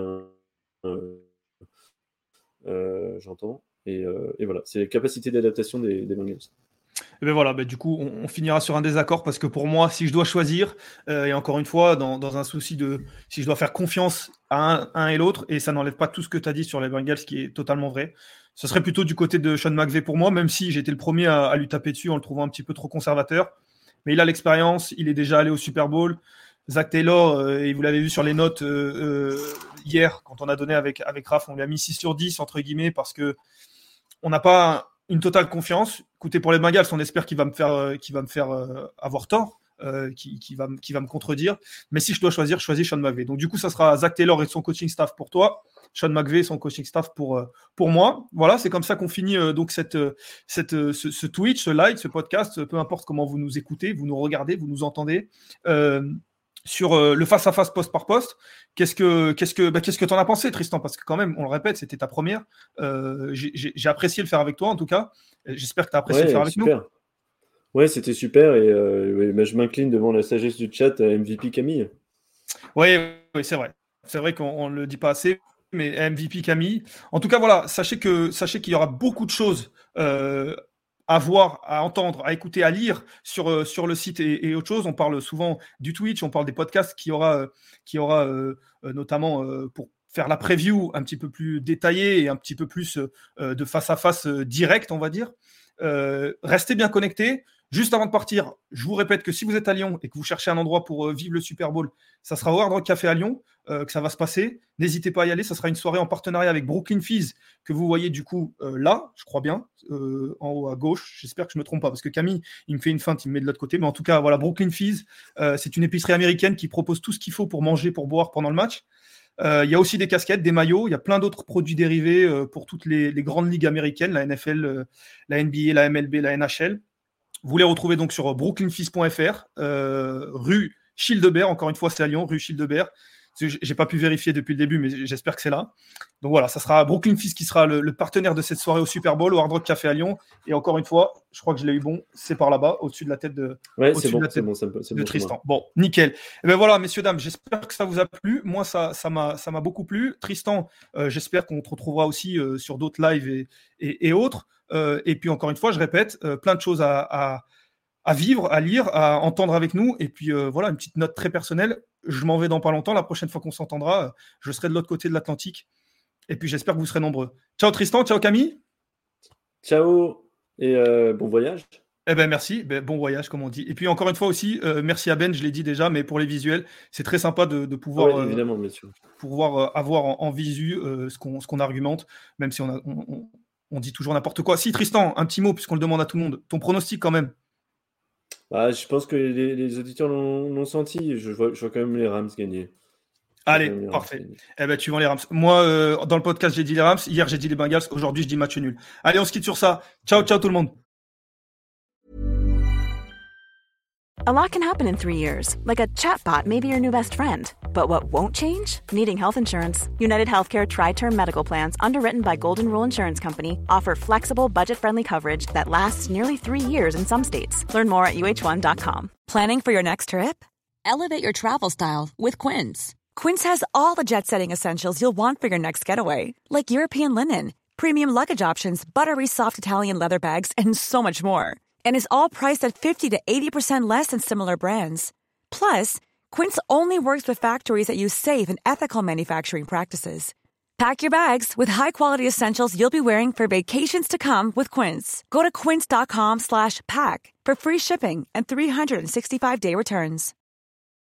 j'entends. Et voilà, c'est la capacité d'adaptation des Bengals.
Et ben voilà, du coup, on finira sur un désaccord parce que pour moi, si je dois choisir, et encore une fois, dans un souci de si je dois faire confiance à un et l'autre, et ça n'enlève pas tout ce que tu as dit sur les Bengals, ce qui est totalement vrai, ce serait plutôt du côté de Sean McVay pour moi, même si j'étais le premier à lui taper dessus en le trouvant un petit peu trop conservateur. Mais il a l'expérience, il est déjà allé au Super Bowl. Zach Taylor, et vous l'avez vu sur les notes hier, quand on a donné avec Raph, on lui a mis 6 sur 10, entre guillemets, parce que on n'a pas une totale confiance. Écoutez, pour les Bengals, on espère qu'il va me faire avoir tort, qui va me contredire. Mais si je dois choisir, je choisis Sean McVay. Donc du coup, ça sera Zach Taylor et son coaching staff pour toi, Sean McVay et son coaching staff pour moi. Voilà, c'est comme ça qu'on finit donc ce Twitch, ce live, ce podcast, peu importe comment vous nous écoutez, vous nous regardez, vous nous entendez. Sur le face-à-face poste par poste, qu'est-ce que t'en as pensé, Tristan? Parce que quand même, on le répète, c'était ta première. J'ai apprécié le faire avec toi, en tout cas. J'espère que tu as apprécié le faire avec
super.
nous.
Ouais, c'était super. Et je m'incline devant la sagesse du chat, MVP Camille.
Oui, c'est vrai. C'est vrai qu'on ne le dit pas assez, mais MVP Camille. En tout cas, voilà, sachez qu'il y aura beaucoup de choses à voir, à entendre, à écouter, à lire sur le site et autre chose. On parle souvent du Twitch, on parle des podcasts qui aura notamment pour faire la preview un petit peu plus détaillée et un petit peu plus de face-à-face direct, on va dire. Restez bien connectés. Juste avant de partir, je vous répète que si vous êtes à Lyon et que vous cherchez un endroit pour vivre le Super Bowl, ça sera au Hard Rock Café à Lyon que ça va se passer. N'hésitez pas à y aller. Ça sera une soirée en partenariat avec Brooklyn Fizz que vous voyez du coup là, je crois bien, en haut à gauche. J'espère que je ne me trompe pas parce que Camille, il me fait une feinte, il me met de l'autre côté. Mais en tout cas, voilà, Brooklyn Fizz, c'est une épicerie américaine qui propose tout ce qu'il faut pour manger, pour boire pendant le match. Il y a aussi des casquettes, des maillots, il y a plein d'autres produits dérivés pour toutes les grandes ligues américaines, la NFL, la NBA, la MLB, la NHL. Vous les retrouvez donc sur brooklynfizz.fr, rue Childebert, encore une fois c'est à Lyon, rue Childebert. J'ai pas pu vérifier depuis le début, mais j'espère que c'est là. Donc voilà, ça sera Brooklyn Fizz qui sera le partenaire de cette soirée au Super Bowl, au Hard Rock Café à Lyon. Et encore une fois, je crois que je l'ai eu bon, c'est par là-bas, au-dessus de la tête de, Tristan. Bon, nickel. Et ben voilà, messieurs, dames, j'espère que ça vous a plu. Moi, ça m'a beaucoup plu. Tristan, j'espère qu'on te retrouvera aussi sur d'autres lives et autres. Et puis encore une fois, je répète, plein de choses à vivre, à lire, à entendre avec nous. Et puis voilà, une petite note très personnelle. Je m'en vais dans pas longtemps. La prochaine fois qu'on s'entendra, je serai de l'autre côté de l'Atlantique. Et puis j'espère que vous serez nombreux. Ciao Tristan, ciao Camille.
Ciao et bon voyage.
Eh ben merci, bon voyage comme on dit. Et puis encore une fois aussi, merci à Ben, je l'ai dit déjà, mais pour les visuels, c'est très sympa de pouvoir,
évidemment, bien sûr.
Pouvoir avoir en visu ce qu'on argumente, même si on dit toujours n'importe quoi. Si Tristan, un petit mot puisqu'on le demande à tout le monde. Ton pronostic quand même.
Je pense que les auditeurs l'ont senti. Je vois quand même les Rams gagner.
Allez, parfait. Eh ben, tu vends les Rams. Moi, dans le podcast, j'ai dit les Rams. Hier, j'ai dit les Bengals. Aujourd'hui, je dis match nul. Allez, on se quitte sur ça. Ciao, ciao tout le monde.
A lot can happen in 3 years. Like a chatbot may be your new best friend. But what won't change? Needing health insurance. United Healthcare Tri-Term Medical Plans, underwritten by Golden Rule Insurance Company, offer flexible, budget-friendly coverage that lasts nearly 3 years in some states. Learn more at uh1.com.
Planning for your next trip? Elevate your travel style with Quince. Quince has all the jet-setting essentials you'll want for your next getaway, like European linen, premium luggage options, buttery soft Italian leather bags, and so much more. And is all priced at 50 to 80% less than similar brands. Plus, Quince only works with factories that use safe and ethical manufacturing practices. Pack your bags with high-quality essentials you'll be wearing for vacations to come with Quince. Go to quince.com/pack for free shipping and 365-day returns.